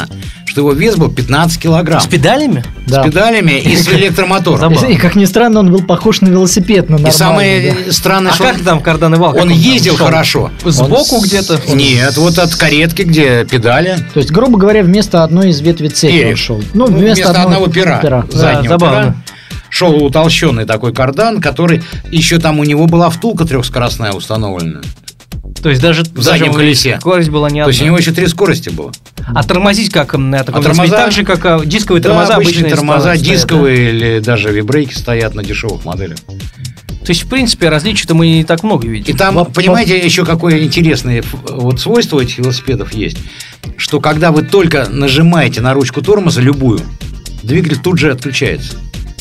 [SPEAKER 4] что его вес был пятнадцать килограмм.
[SPEAKER 3] С педалями?
[SPEAKER 5] Да.
[SPEAKER 4] С педалями и с электромотором.
[SPEAKER 5] И, и, как ни странно, он был похож на велосипед, на нормальный.
[SPEAKER 4] И самое
[SPEAKER 5] да.
[SPEAKER 4] странное,
[SPEAKER 3] А
[SPEAKER 4] что
[SPEAKER 3] как
[SPEAKER 4] он,
[SPEAKER 3] там кардан и вал? Как
[SPEAKER 4] он
[SPEAKER 3] там
[SPEAKER 4] ездил
[SPEAKER 3] шел?
[SPEAKER 4] хорошо.
[SPEAKER 3] Сбоку
[SPEAKER 5] Он с-
[SPEAKER 3] где-то?
[SPEAKER 4] Нет, вот от каретки, где педали.
[SPEAKER 5] То есть, грубо говоря, вместо одной из ветвей цепи
[SPEAKER 4] Перед.
[SPEAKER 5] он шел. Ну,
[SPEAKER 4] Ну,
[SPEAKER 5] вместо,
[SPEAKER 4] вместо одного пера.
[SPEAKER 5] пера.
[SPEAKER 4] Заднего
[SPEAKER 3] забавно.
[SPEAKER 4] пера шел утолщенный такой кардан, который еще там у него была втулка трехскоростная установлена.
[SPEAKER 3] То есть даже
[SPEAKER 4] В заднем колесе.
[SPEAKER 3] скорость была не
[SPEAKER 4] То
[SPEAKER 3] одна.
[SPEAKER 4] есть у него еще три скорости было.
[SPEAKER 3] А тормозить как на таком
[SPEAKER 4] А тормоза-
[SPEAKER 3] велосипеде? Так же, как а, дисковые
[SPEAKER 4] Да,
[SPEAKER 3] тормоза
[SPEAKER 4] обычные
[SPEAKER 3] обычные
[SPEAKER 4] тормоза,
[SPEAKER 3] стоят,
[SPEAKER 4] дисковые или даже вибрейки стоят на дешевых моделях.
[SPEAKER 3] да? То есть, в принципе, различий-то мы не так много видим.
[SPEAKER 4] И там,
[SPEAKER 5] Воп-
[SPEAKER 4] понимаете, еще какое интересное ф- вот свойство этих велосипедов есть, что когда вы только нажимаете на ручку тормоза любую, двигатель тут же отключается.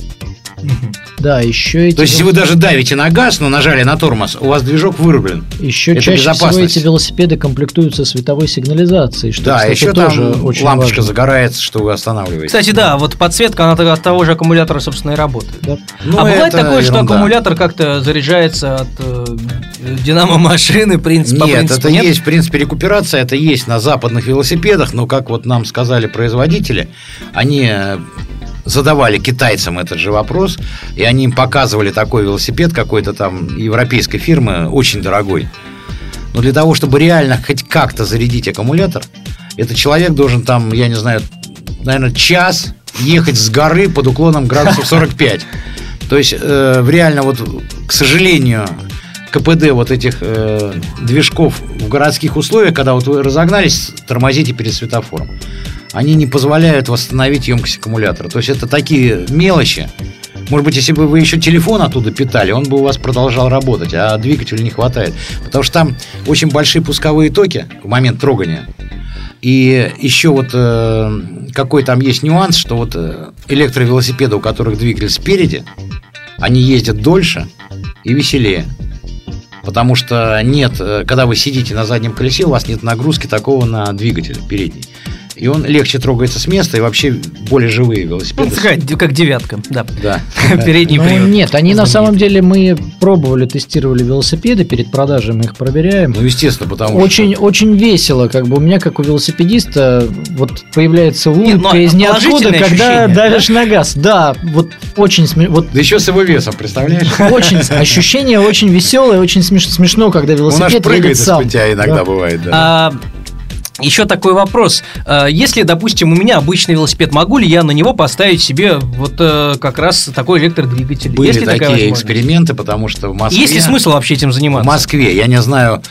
[SPEAKER 5] Да, еще эти,
[SPEAKER 4] То есть, если вы даже давите на газ, но нажали на тормоз, у вас движок вырублен.
[SPEAKER 5] еще
[SPEAKER 4] это
[SPEAKER 5] чаще всего
[SPEAKER 4] безопасность.
[SPEAKER 5] эти велосипеды комплектуются световой сигнализацией, что,
[SPEAKER 4] Да,
[SPEAKER 5] кстати,
[SPEAKER 4] еще
[SPEAKER 5] тоже
[SPEAKER 4] там
[SPEAKER 5] очень
[SPEAKER 4] лампочка
[SPEAKER 5] важно.
[SPEAKER 4] загорается, что вы останавливаете.
[SPEAKER 3] Кстати, да, вот подсветка, она от того же аккумулятора, собственно, и работает.
[SPEAKER 5] Да.
[SPEAKER 4] Ну,
[SPEAKER 3] а бывает
[SPEAKER 4] это
[SPEAKER 3] такое, что
[SPEAKER 4] ерунда.
[SPEAKER 3] аккумулятор как-то заряжается от э, динамо машины, принцип, по
[SPEAKER 4] Нет,
[SPEAKER 3] принципу,
[SPEAKER 4] это
[SPEAKER 3] нет?
[SPEAKER 4] есть, в принципе, рекуперация, это есть на западных велосипедах, но, как вот нам сказали производители, они э, задавали китайцам этот же вопрос, и они им показывали такой велосипед какой-то там европейской фирмы, очень дорогой. Но для того, чтобы реально хоть как-то зарядить аккумулятор, этот человек должен там, я не знаю, наверное, час ехать с горы под уклоном градусов сорок пять. То есть, э, реально, вот, к сожалению, КПД вот этих э, движков в городских условиях, когда вот вы разогнались, тормозите перед светофором, они не позволяют восстановить емкость аккумулятора. То есть, это такие мелочи. Может быть, если бы вы еще телефон оттуда питали, он бы у вас продолжал работать, а двигателю не хватает. Потому что там очень большие пусковые токи в момент трогания. И еще вот э, какой там есть нюанс, что вот э, электровелосипеды, у которых двигатель спереди, они ездят дольше и веселее. Потому что нет, э, когда вы сидите на заднем колесе, у вас нет нагрузки такого на двигатель передний. И он легче трогается с места, и вообще более живые
[SPEAKER 3] Ну,
[SPEAKER 4] велосипеды.
[SPEAKER 3] такая, как девятка, да.
[SPEAKER 4] Да.
[SPEAKER 3] Передний
[SPEAKER 5] Ну,
[SPEAKER 3] привод.
[SPEAKER 5] нет, они на
[SPEAKER 3] Знаменитый.
[SPEAKER 5] самом деле, мы пробовали, тестировали велосипеды, перед продажей мы их проверяем.
[SPEAKER 4] Ну, естественно, потому
[SPEAKER 5] Очень,
[SPEAKER 4] что...
[SPEAKER 5] очень весело, как бы у меня, как у велосипедиста, вот появляется
[SPEAKER 3] Нет,
[SPEAKER 5] улыбка
[SPEAKER 3] ну,
[SPEAKER 5] из ниоткуда,
[SPEAKER 3] положительное
[SPEAKER 5] когда
[SPEAKER 3] ощущение,
[SPEAKER 5] давишь на газ. Да, вот очень сме- вот
[SPEAKER 4] Да еще с его весом, представляешь?
[SPEAKER 5] очень ощущение очень веселое, очень смеш- смешно, когда
[SPEAKER 4] Он аж
[SPEAKER 5] велосипед
[SPEAKER 4] прыгает
[SPEAKER 5] едет сам.
[SPEAKER 4] из-под тебя иногда
[SPEAKER 5] Да.
[SPEAKER 4] бывает, да.
[SPEAKER 3] А, еще такой вопрос. А, Если, допустим, у меня обычный велосипед, могу ли я на него поставить себе вот э, как раз такой электродвигатель?
[SPEAKER 4] Были
[SPEAKER 3] Есть ли такая
[SPEAKER 4] такие
[SPEAKER 3] возможность?
[SPEAKER 4] эксперименты, потому что в Москве...
[SPEAKER 3] Есть ли смысл вообще этим
[SPEAKER 4] В
[SPEAKER 3] заниматься?
[SPEAKER 4] Москве, я не знаю,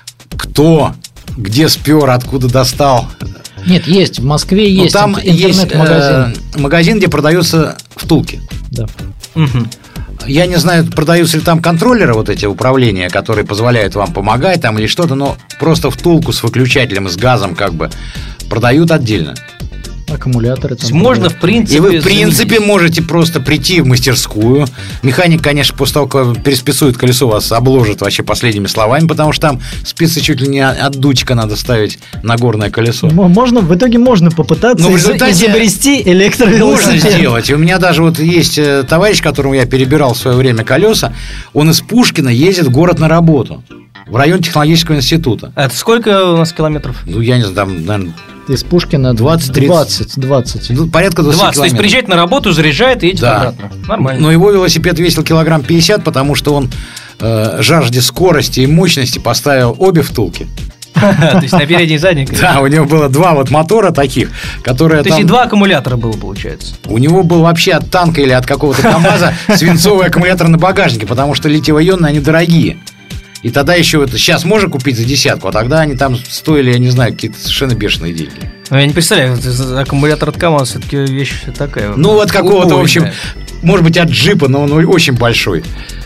[SPEAKER 4] кто, где спер, откуда достал.
[SPEAKER 5] Нет, есть, в Москве
[SPEAKER 4] Но
[SPEAKER 5] есть
[SPEAKER 4] там
[SPEAKER 5] ин-
[SPEAKER 4] есть
[SPEAKER 5] интернет-магазин.
[SPEAKER 4] э, магазин, где продаются втулки.
[SPEAKER 5] Да.
[SPEAKER 3] Мгм.
[SPEAKER 4] Я не знаю, продаются ли там контроллеры, вот эти управления, которые позволяют вам помогать там или что-то, но просто втулку с выключателем и с газом как бы продают отдельно.
[SPEAKER 5] Аккумуляторы
[SPEAKER 3] То есть
[SPEAKER 5] там.
[SPEAKER 3] можно,
[SPEAKER 5] да.
[SPEAKER 3] в принципе...
[SPEAKER 4] И вы, в принципе,
[SPEAKER 3] заменить.
[SPEAKER 4] можете просто прийти в мастерскую. Механик, конечно, после того, как переспецует колесо, вас обложит вообще последними словами, потому что там спицы чуть ли не от дутика надо ставить на горное колесо.
[SPEAKER 5] М- Можно, в итоге можно попытаться
[SPEAKER 4] Но в
[SPEAKER 5] из-
[SPEAKER 4] результате
[SPEAKER 5] изобрести
[SPEAKER 4] Можно
[SPEAKER 5] электровелосипед.
[SPEAKER 4] сделать. И у меня даже вот есть э, товарищ, которому я перебирал в свое время колеса, он из Пушкина ездит в город на работу, в район технологического института.
[SPEAKER 3] А это сколько у нас километров?
[SPEAKER 4] Ну, я не знаю, там, наверное,
[SPEAKER 5] Из Пушкина
[SPEAKER 4] двадцать тридцать.
[SPEAKER 5] двадцать, двадцать.
[SPEAKER 4] ну, порядка двадцать
[SPEAKER 3] двадцать. То есть
[SPEAKER 4] километров.
[SPEAKER 3] приезжает на работу, заряжает и едет
[SPEAKER 4] Да.
[SPEAKER 3] обратно. Нормально.
[SPEAKER 4] Но его велосипед весил килограмм пятьдесят, потому что он э, жажде скорости и мощности поставил обе втулки.
[SPEAKER 3] То есть на передний и задний.
[SPEAKER 4] Да, у него было два вот мотора таких, которые
[SPEAKER 3] То есть и
[SPEAKER 4] там...
[SPEAKER 3] два аккумулятора было, получается.
[SPEAKER 4] У него был вообще от танка или от какого-то КамАЗа свинцовый аккумулятор на багажнике, потому что литиево-ионные, они дорогие. И тогда еще это сейчас можно купить за десятку, а тогда они там стоили, я не знаю, какие-то совершенно бешеные деньги.
[SPEAKER 3] Ну, я не представляю, это аккумулятор от КамАЗа все-таки вещь такая.
[SPEAKER 4] Ну, вот какого-то, в общем,
[SPEAKER 3] убойная.
[SPEAKER 4] может быть, от джипа, но он очень большой.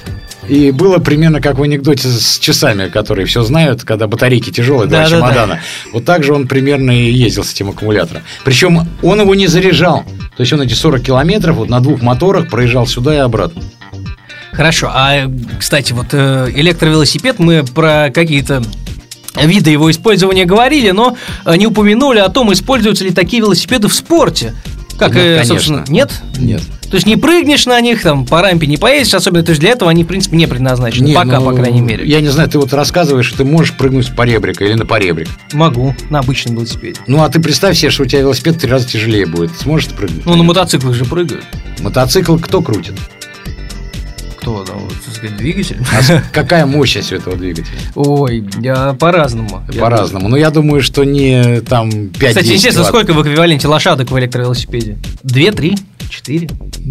[SPEAKER 4] И было примерно как в анекдоте с часами, которые все знают, когда батарейки тяжелые, два
[SPEAKER 3] Да, да,
[SPEAKER 4] чемодана. Вот так же он примерно и ездил с этим аккумулятором. Причем он его не заряжал. То есть он эти сорок километров вот на двух моторах проезжал сюда и обратно.
[SPEAKER 3] Хорошо, а, кстати, вот э, электровелосипед, мы про какие-то виды его использования говорили, но э, не упомянули о том, используются ли такие велосипеды в спорте. Как,
[SPEAKER 4] Нет,
[SPEAKER 3] э,
[SPEAKER 4] конечно.
[SPEAKER 3] собственно, нет?
[SPEAKER 4] Нет.
[SPEAKER 3] То есть не прыгнешь на них, там, по рампе не поедешь, особенно, то есть для этого они, в принципе, не предназначены.
[SPEAKER 4] Не,
[SPEAKER 3] пока,
[SPEAKER 4] ну,
[SPEAKER 3] по крайней мере.
[SPEAKER 4] Я не знаю, ты вот рассказываешь, что ты можешь прыгнуть с поребрика или на поребрик.
[SPEAKER 3] Могу, на обычном велосипеде.
[SPEAKER 4] Ну, а ты представь себе, что у тебя велосипед в три раза тяжелее будет. Сможешь ты прыгнуть?
[SPEAKER 3] Ну, на мотоциклах же прыгают.
[SPEAKER 4] Мотоцикл кто крутит?
[SPEAKER 3] Кто, да, вот, так сказать, двигатель?
[SPEAKER 4] А какая мощность у этого двигателя?
[SPEAKER 3] Ой, я по-разному.
[SPEAKER 4] По-разному. Но я думаю, что не там пять-десять
[SPEAKER 3] Кстати, естественно,
[SPEAKER 4] ватт.
[SPEAKER 3] сколько в эквиваленте лошадок в электровелосипеде? Две, три, четыре?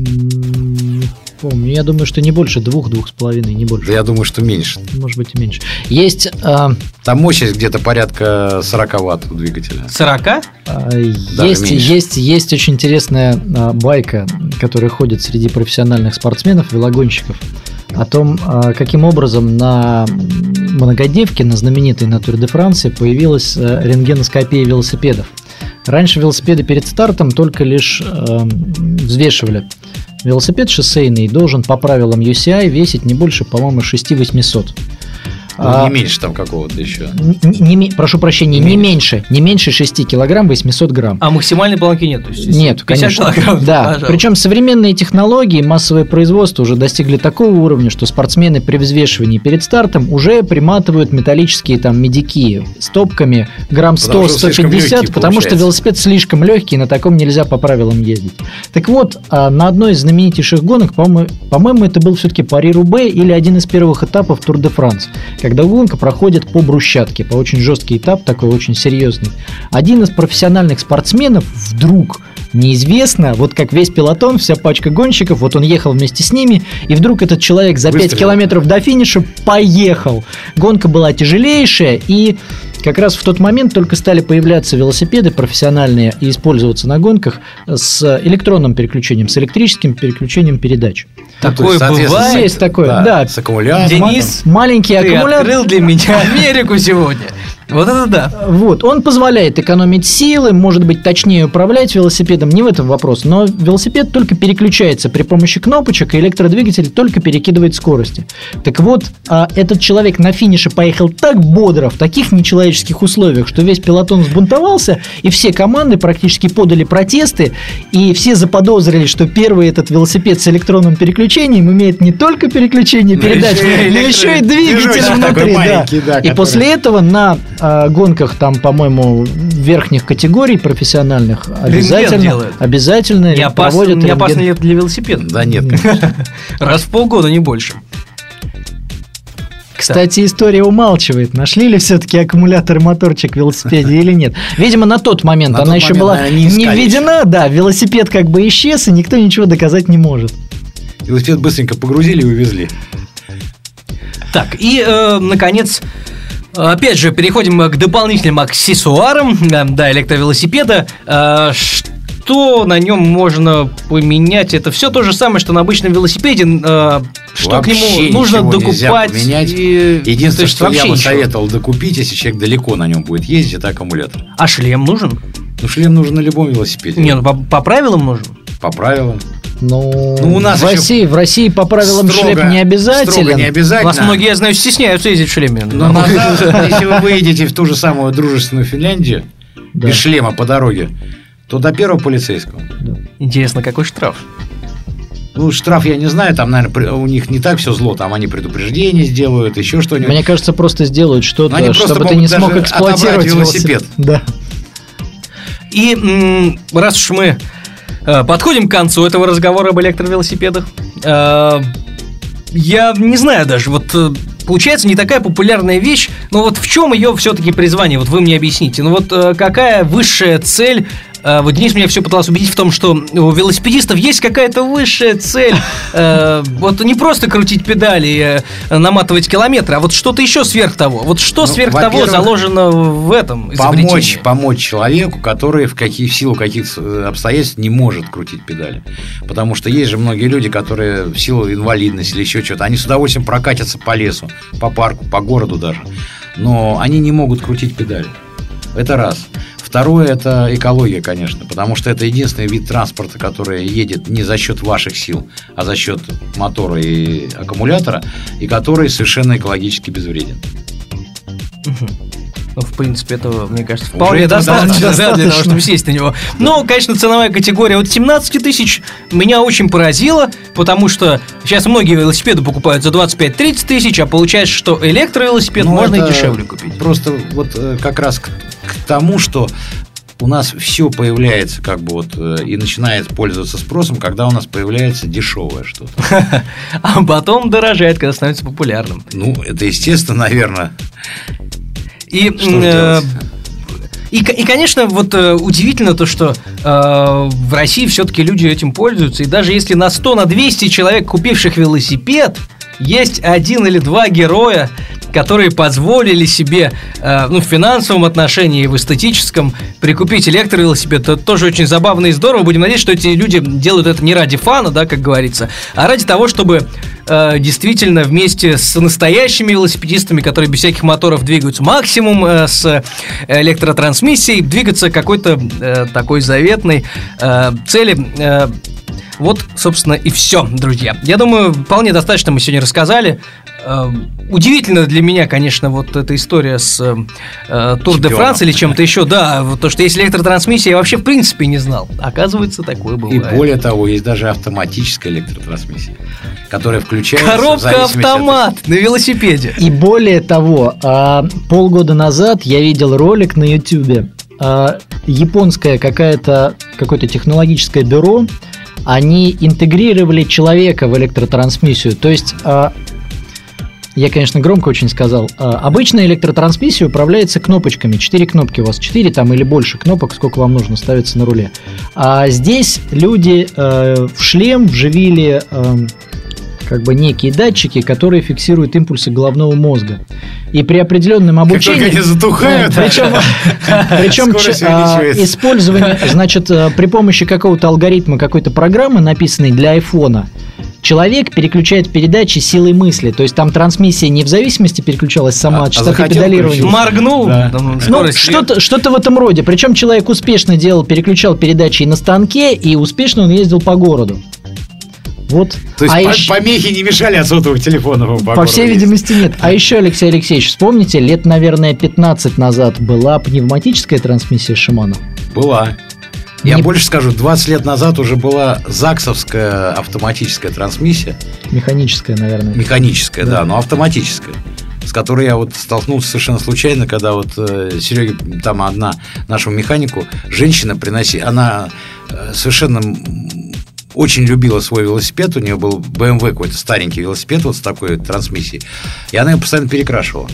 [SPEAKER 5] М, Не помню. Я думаю, что не больше двух, двух с половиной, не больше.
[SPEAKER 4] Да я думаю, что меньше.
[SPEAKER 5] Может быть, и меньше. Есть, а,
[SPEAKER 4] Там мощность где-то порядка сорок ватт у двигателя.
[SPEAKER 3] Сорока?
[SPEAKER 5] а,
[SPEAKER 4] Даже
[SPEAKER 5] есть,
[SPEAKER 4] меньше.
[SPEAKER 5] есть, есть очень интересная а, байка, которая ходит среди профессиональных спортсменов, велогонщиков, о том, а, каким образом на многодневке, на знаменитой на Тур де Франсе, появилась а, рентгеноскопия велосипедов. Раньше велосипеды перед стартом только лишь э, взвешивали. Велосипед шоссейный должен по правилам ю си ай весить не больше, по-моему, шесть тысяч восемьсот.
[SPEAKER 4] Ну,
[SPEAKER 5] А,
[SPEAKER 4] не меньше там какого-то еще.
[SPEAKER 5] не- не- прошу прощения, не меньше, не меньше шести килограмм, восемьсот грамм.
[SPEAKER 3] А максимальной планки нет? То есть, если
[SPEAKER 5] Нет,
[SPEAKER 3] пятьдесят
[SPEAKER 5] конечно.
[SPEAKER 3] килограмм,
[SPEAKER 5] Да,
[SPEAKER 3] пожалуйста.
[SPEAKER 5] причем современные технологии, массовое производство уже достигли такого уровня, что спортсмены при взвешивании перед стартом уже приматывают металлические там медики с топками грамм
[SPEAKER 4] Потому что
[SPEAKER 5] сто - сто
[SPEAKER 4] слишком
[SPEAKER 5] пятьдесят,
[SPEAKER 4] легкий
[SPEAKER 5] потому что
[SPEAKER 4] получается.
[SPEAKER 5] велосипед слишком легкий, на таком нельзя по правилам ездить. Так вот, а, на одной из знаменитейших гонок, по-моему, по-моему, это был все-таки Пари-Рубе или один из первых этапов Тур де Франс, когда гонка проходит по брусчатке, по очень жесткий этап, такой очень серьезный. Один из профессиональных спортсменов вдруг, неизвестно, вот как весь пелотон, вся пачка гонщиков, вот он ехал вместе с ними, и вдруг этот человек за пять
[SPEAKER 4] Выстрелил.
[SPEAKER 5] километров до финиша поехал. Гонка была тяжелейшая, и как раз в тот момент только стали появляться велосипеды профессиональные и использоваться на гонках с электронным переключением, с электрическим переключением передач.
[SPEAKER 4] Ну, то
[SPEAKER 3] Такое
[SPEAKER 4] есть, соответственно,
[SPEAKER 3] бывает.
[SPEAKER 5] Есть такое, да.
[SPEAKER 4] С аккумулятором.
[SPEAKER 3] Денис,
[SPEAKER 5] Маленький
[SPEAKER 3] ты
[SPEAKER 5] аккумулятор.
[SPEAKER 3] открыл для меня Америку сегодня. Вот это да.
[SPEAKER 5] Вот, он позволяет экономить силы, может быть, точнее управлять велосипедом, не в этом вопрос, но велосипед только переключается при помощи кнопочек, и электродвигатель только перекидывает скорости. Так вот, а, этот человек на финише поехал так бодро, в таких нечеловеческих условиях, что весь пелотон взбунтовался, и все команды практически подали протесты, и все заподозрили, что первый этот велосипед с электронным переключением имеет не только переключение
[SPEAKER 4] Но
[SPEAKER 5] передач,
[SPEAKER 4] еще и
[SPEAKER 5] но еще и двигатель
[SPEAKER 4] движочек такой
[SPEAKER 5] внутри. Да.
[SPEAKER 4] маленький, да,
[SPEAKER 5] И
[SPEAKER 4] который-
[SPEAKER 5] после этого на а, гонках там, по-моему, верхних категорий профессиональных обязательно,
[SPEAKER 3] делают.
[SPEAKER 5] обязательно
[SPEAKER 3] Не опасно,
[SPEAKER 5] проводят
[SPEAKER 3] не опасно ли
[SPEAKER 5] рентген.
[SPEAKER 3] это для велосипеда?
[SPEAKER 4] Да нет, конечно.
[SPEAKER 3] Раз в полгода, не больше.
[SPEAKER 5] Кстати, история умалчивает, нашли ли все-таки аккумулятор и моторчик в велосипеде или нет. Видимо, на тот момент
[SPEAKER 4] На
[SPEAKER 5] она
[SPEAKER 4] тот
[SPEAKER 5] еще
[SPEAKER 4] момент,
[SPEAKER 5] была
[SPEAKER 4] наверное, не
[SPEAKER 5] не
[SPEAKER 4] искали
[SPEAKER 5] введена, да, велосипед как бы исчез, и никто ничего доказать не может.
[SPEAKER 4] Велосипед быстренько погрузили и увезли.
[SPEAKER 3] Так, и, э, наконец, опять же, переходим к дополнительным аксессуарам, э, да, электровелосипеда. Э, Что на нем можно поменять? Это все то же самое, что на обычном велосипеде. э, Что
[SPEAKER 4] Вообще
[SPEAKER 3] к нему нужно
[SPEAKER 4] ничего нельзя
[SPEAKER 3] докупать?
[SPEAKER 4] поменять.
[SPEAKER 3] и- то
[SPEAKER 4] Единственное,
[SPEAKER 3] есть
[SPEAKER 4] что я
[SPEAKER 3] вообще
[SPEAKER 4] бы
[SPEAKER 3] ничего.
[SPEAKER 4] советовал докупить, если человек далеко на нем будет ездить, это аккумулятор.
[SPEAKER 3] А шлем нужен?
[SPEAKER 4] Ну, шлем нужен на любом велосипеде.
[SPEAKER 3] Не, ну по, по правилам нужен.
[SPEAKER 4] По правилам.
[SPEAKER 5] Ну,
[SPEAKER 4] Ну, у нас
[SPEAKER 5] в
[SPEAKER 4] еще
[SPEAKER 5] России, в России по правилам
[SPEAKER 4] Строго-
[SPEAKER 5] шлем не обязателен.
[SPEAKER 4] Строго не
[SPEAKER 3] У
[SPEAKER 4] обязательно.
[SPEAKER 3] нас многие, я знаю, стесняются ездить в шлеме.
[SPEAKER 4] Но назад, если вы выедете в ту же самую дружественную Финляндию,
[SPEAKER 5] Да.
[SPEAKER 4] без шлема по дороге, то до первого полицейского.
[SPEAKER 3] Интересно, какой штраф?
[SPEAKER 4] Ну, штраф я не знаю, там, наверное, у них не так все зло, там они предупреждение сделают, еще что-нибудь.
[SPEAKER 5] Мне кажется, просто сделают
[SPEAKER 4] Но они
[SPEAKER 5] что-то,
[SPEAKER 4] просто
[SPEAKER 5] чтобы ты
[SPEAKER 4] могут
[SPEAKER 5] не смог
[SPEAKER 4] даже
[SPEAKER 5] эксплуатировать
[SPEAKER 4] отобрать велосипед.
[SPEAKER 5] Да.
[SPEAKER 3] И м, раз уж мы э, подходим к концу этого разговора об электровелосипедах, э, я не знаю даже, вот э, получается не такая популярная вещь, но вот в чем ее все-таки призвание, вот вы мне объясните, ну вот э, какая высшая цель? Э, вот Денис меня все пытался убедить в том, что у велосипедистов есть какая-то высшая цель, э, вот не просто крутить педали, э, наматывать километры, а вот что-то еще сверх того. Вот что
[SPEAKER 4] Ну,
[SPEAKER 3] сверх того
[SPEAKER 4] во-первых,
[SPEAKER 3] заложено в этом изобретении?
[SPEAKER 4] Помочь, помочь человеку, который в, каких, в силу каких-то обстоятельств не может крутить педали. Потому что есть же многие люди, которые в силу инвалидности или еще что-то, они с удовольствием прокатятся по лесу, по парку, по городу даже. Но они не могут крутить педали. Это раз. Второе – это экология, конечно, потому что это единственный вид транспорта, который едет не за счет ваших сил, а за счет мотора и аккумулятора, и который совершенно экологически безвреден.
[SPEAKER 3] Ну, в принципе, этого, мне кажется, вполне
[SPEAKER 4] этого
[SPEAKER 3] достаточно,
[SPEAKER 5] достаточно.
[SPEAKER 3] да, для того, чтобы сесть на него. Но, конечно, ценовая категория от семнадцать тысяч меня очень поразила, потому что сейчас многие велосипеды покупают за двадцать пять - тридцать тысяч, а получается, что электровелосипед
[SPEAKER 4] Ну,
[SPEAKER 3] можно
[SPEAKER 4] это
[SPEAKER 3] и дешевле купить.
[SPEAKER 4] Просто вот э, как раз к, к тому, что у нас все появляется как бы вот э, и начинает пользоваться спросом, когда у нас появляется дешевое что-то.
[SPEAKER 3] А потом дорожает, когда становится популярным.
[SPEAKER 4] Ну, это естественно, наверное.
[SPEAKER 3] И,
[SPEAKER 4] Что
[SPEAKER 3] э,
[SPEAKER 4] делать?
[SPEAKER 3] и, и, конечно, вот э, удивительно то, что э, в России все-таки люди этим пользуются. И даже если на сто, на двести человек, купивших велосипед, есть один или два героя, которые позволили себе, э, ну, в финансовом отношении и в эстетическом прикупить электровелосипед. Это тоже очень забавно и здорово. Будем надеяться, что эти люди делают это не ради фана, да, как говорится, а ради того, чтобы э, действительно вместе с настоящими велосипедистами, которые без всяких моторов двигаются максимум э, с электротрансмиссией, двигаться к какой-то э, такой заветной э, цели. Э, Вот, собственно, и все, друзья. Я думаю, вполне достаточно мы сегодня рассказали. Э, удивительно для меня, конечно, вот эта история с э, Тур де Франс или чем-то еще. Да, вот то, что есть электротрансмиссия, я вообще в принципе не знал. Оказывается, такое
[SPEAKER 4] И
[SPEAKER 3] бывает.
[SPEAKER 4] более того, есть даже автоматическая электротрансмиссия, которая включается в зависимости
[SPEAKER 3] Коробка-автомат
[SPEAKER 4] от...
[SPEAKER 3] на велосипеде.
[SPEAKER 5] И более того, а, полгода назад я видел ролик на Ютубе. А, японское какая-то, какое-то технологическое бюро, они интегрировали человека в электротрансмиссию. То есть, а, я, конечно, громко очень сказал, а, обычная электротрансмиссия управляется кнопочками. Четыре кнопки у вас, четыре там или больше кнопок, сколько вам нужно, ставится на руле. А здесь люди а, в шлем вживили... А, как бы некие датчики, которые фиксируют импульсы головного мозга. И при определенном обучении...
[SPEAKER 4] Как только они затухают,
[SPEAKER 5] Причем, причем
[SPEAKER 4] скорость
[SPEAKER 5] а,
[SPEAKER 4] увеличивается.
[SPEAKER 5] использование, значит, а, при помощи какого-то алгоритма, какой-то программы, написанной для айфона, человек переключает передачи силой мысли. То есть там трансмиссия не в зависимости переключалась сама
[SPEAKER 4] А-
[SPEAKER 5] от
[SPEAKER 4] а
[SPEAKER 5] частоты
[SPEAKER 4] захотел
[SPEAKER 5] педалирования.
[SPEAKER 4] включил.
[SPEAKER 3] Моргнул,
[SPEAKER 4] Да.
[SPEAKER 3] там,
[SPEAKER 5] Ну,
[SPEAKER 3] скорость
[SPEAKER 5] что-то, что-то в этом роде. Причем человек успешно делал, переключал передачи и на станке, и успешно он ездил по городу. Вот.
[SPEAKER 4] То есть
[SPEAKER 5] А
[SPEAKER 4] по-
[SPEAKER 5] еще-
[SPEAKER 4] помехи не мешали от сотовых телефонов.
[SPEAKER 5] По всей видимости, нет. А еще, Алексей Алексеевич, вспомните, лет, наверное, пятнадцать назад была пневматическая трансмиссия Шимано.
[SPEAKER 4] Была. Я
[SPEAKER 5] Не-
[SPEAKER 4] больше скажу, двадцать лет назад уже была заксовская автоматическая трансмиссия,
[SPEAKER 5] Механическая, наверное.
[SPEAKER 4] механическая,
[SPEAKER 5] Да.
[SPEAKER 4] да, но автоматическая, с которой я вот столкнулся совершенно случайно, когда вот э, Сереге, там одна нашему механику, женщина приносила, она э, совершенно м, очень любила свой велосипед, у нее был бэ эм вэ какой-то старенький велосипед вот с такой трансмиссией, и она его постоянно перекрашивала.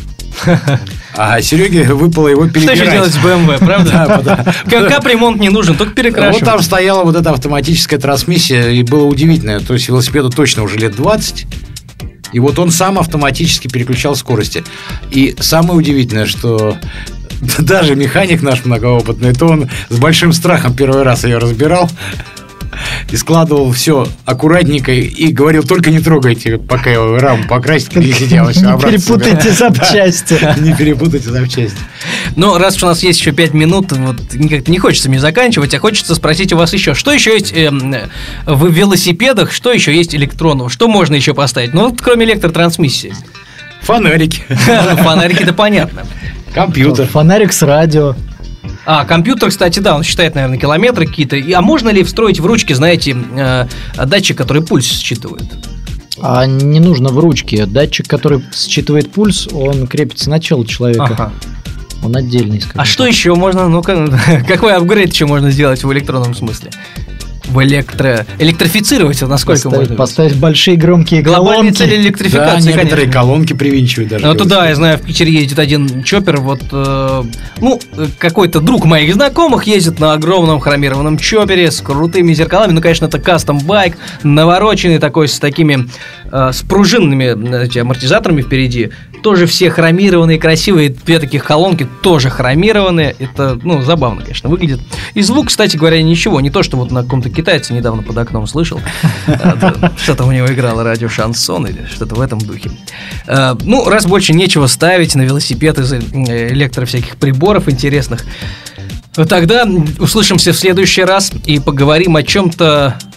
[SPEAKER 4] А Сереге выпало его
[SPEAKER 3] Что
[SPEAKER 4] перебирать.
[SPEAKER 3] еще делать с бэ эм вэ, правда?
[SPEAKER 4] Да, да.
[SPEAKER 3] Как капремонт не нужен, только
[SPEAKER 4] Вот
[SPEAKER 3] перекрашивать.
[SPEAKER 4] там стояла вот эта автоматическая трансмиссия, и было удивительно. То есть велосипеду точно уже лет двадцать, и вот он сам автоматически переключал скорости. И самое удивительное, что даже механик наш многоопытный, то он с большим страхом первый раз ее разбирал и складывал все аккуратненько и говорил: только не трогайте, пока его раму покрасить, принесите, я вас
[SPEAKER 5] Не
[SPEAKER 4] обратно
[SPEAKER 5] перепутайте
[SPEAKER 4] соберу».
[SPEAKER 5] запчасти.
[SPEAKER 4] Да, не перепутайте запчасти.
[SPEAKER 3] Но раз уж у нас есть еще пять минут, вот как-то не хочется мне заканчивать, а хочется спросить у вас еще, что еще есть эм, в велосипедах, что еще есть электронного, что можно еще поставить? Ну, вот кроме электротрансмиссии.
[SPEAKER 4] Фонарики,
[SPEAKER 3] Фонарики-то понятно.
[SPEAKER 4] компьютер.
[SPEAKER 5] Фонарик с радио.
[SPEAKER 3] А, компьютер, кстати, да, он считает, наверное, километры какие-то. И- А можно ли встроить в ручки, знаете, э, датчик, который пульс считывает?
[SPEAKER 5] А не нужно в ручке. Датчик, который считывает пульс, он крепится на тело человека.
[SPEAKER 3] Ага.
[SPEAKER 5] Он отдельный. скажем
[SPEAKER 3] А что
[SPEAKER 5] так.
[SPEAKER 3] еще можно, ну-ка, какой апгрейд еще можно сделать в электронном смысле? В электро... Электрифицировать, вот насколько
[SPEAKER 5] Поставить,
[SPEAKER 3] можно?
[SPEAKER 5] поставить большие громкие
[SPEAKER 3] Глобальные
[SPEAKER 5] колонки.
[SPEAKER 3] цели
[SPEAKER 4] Да,
[SPEAKER 3] электрификации,
[SPEAKER 4] некоторые
[SPEAKER 3] конечно.
[SPEAKER 4] колонки привинчивают даже.
[SPEAKER 3] Ну, туда, я
[SPEAKER 4] велосипед.
[SPEAKER 3] знаю, в Питере ездит один чоппер, вот, э, ну, э, какой-то друг моих знакомых ездит на огромном хромированном чоппере с крутыми зеркалами, ну, конечно, это кастом-байк, навороченный такой, с такими, э, с пружинными, знаете, амортизаторами впереди, тоже все хромированные, красивые, две таких колонки тоже хромированные, это, ну, забавно, конечно, выглядит. И звук, кстати говоря, ничего, не то, что вот на каком-то китайце недавно под окном слышал, э, что-то у него играло радио шансон или что-то в этом духе. Э, Ну, раз больше нечего ставить на велосипед из э, электро всяких приборов интересных, тогда услышимся в следующий раз и поговорим о чем-то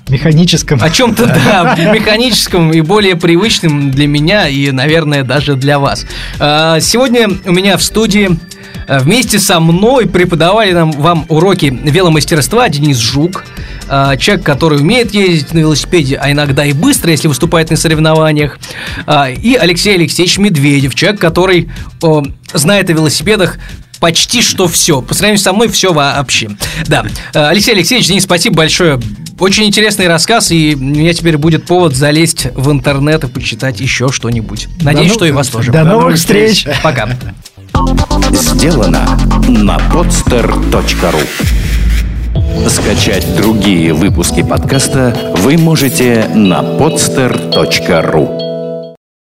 [SPEAKER 5] Механическом.
[SPEAKER 3] О чем-то, да, механическом и более привычном для меня и, наверное, даже для вас. Сегодня у меня в студии вместе со мной преподавали нам вам уроки веломастерства Денис Жук, человек, который умеет ездить на велосипеде, а иногда и быстро, если выступает на соревнованиях, и Алексей Алексеевич Медведев, человек, который знает о велосипедах почти что все. По сравнению со мной все вообще. Да. Алексей Алексеевич, Денис, спасибо большое. Очень интересный рассказ, и у меня теперь будет повод залезть в интернет и почитать еще что-нибудь. Надеюсь,
[SPEAKER 5] до
[SPEAKER 3] что и вас тоже.
[SPEAKER 5] До новых встреч.
[SPEAKER 3] Пока.
[SPEAKER 1] Сделано на подстер точка ру. Скачать другие выпуски подкаста вы можете на подстер точка ру.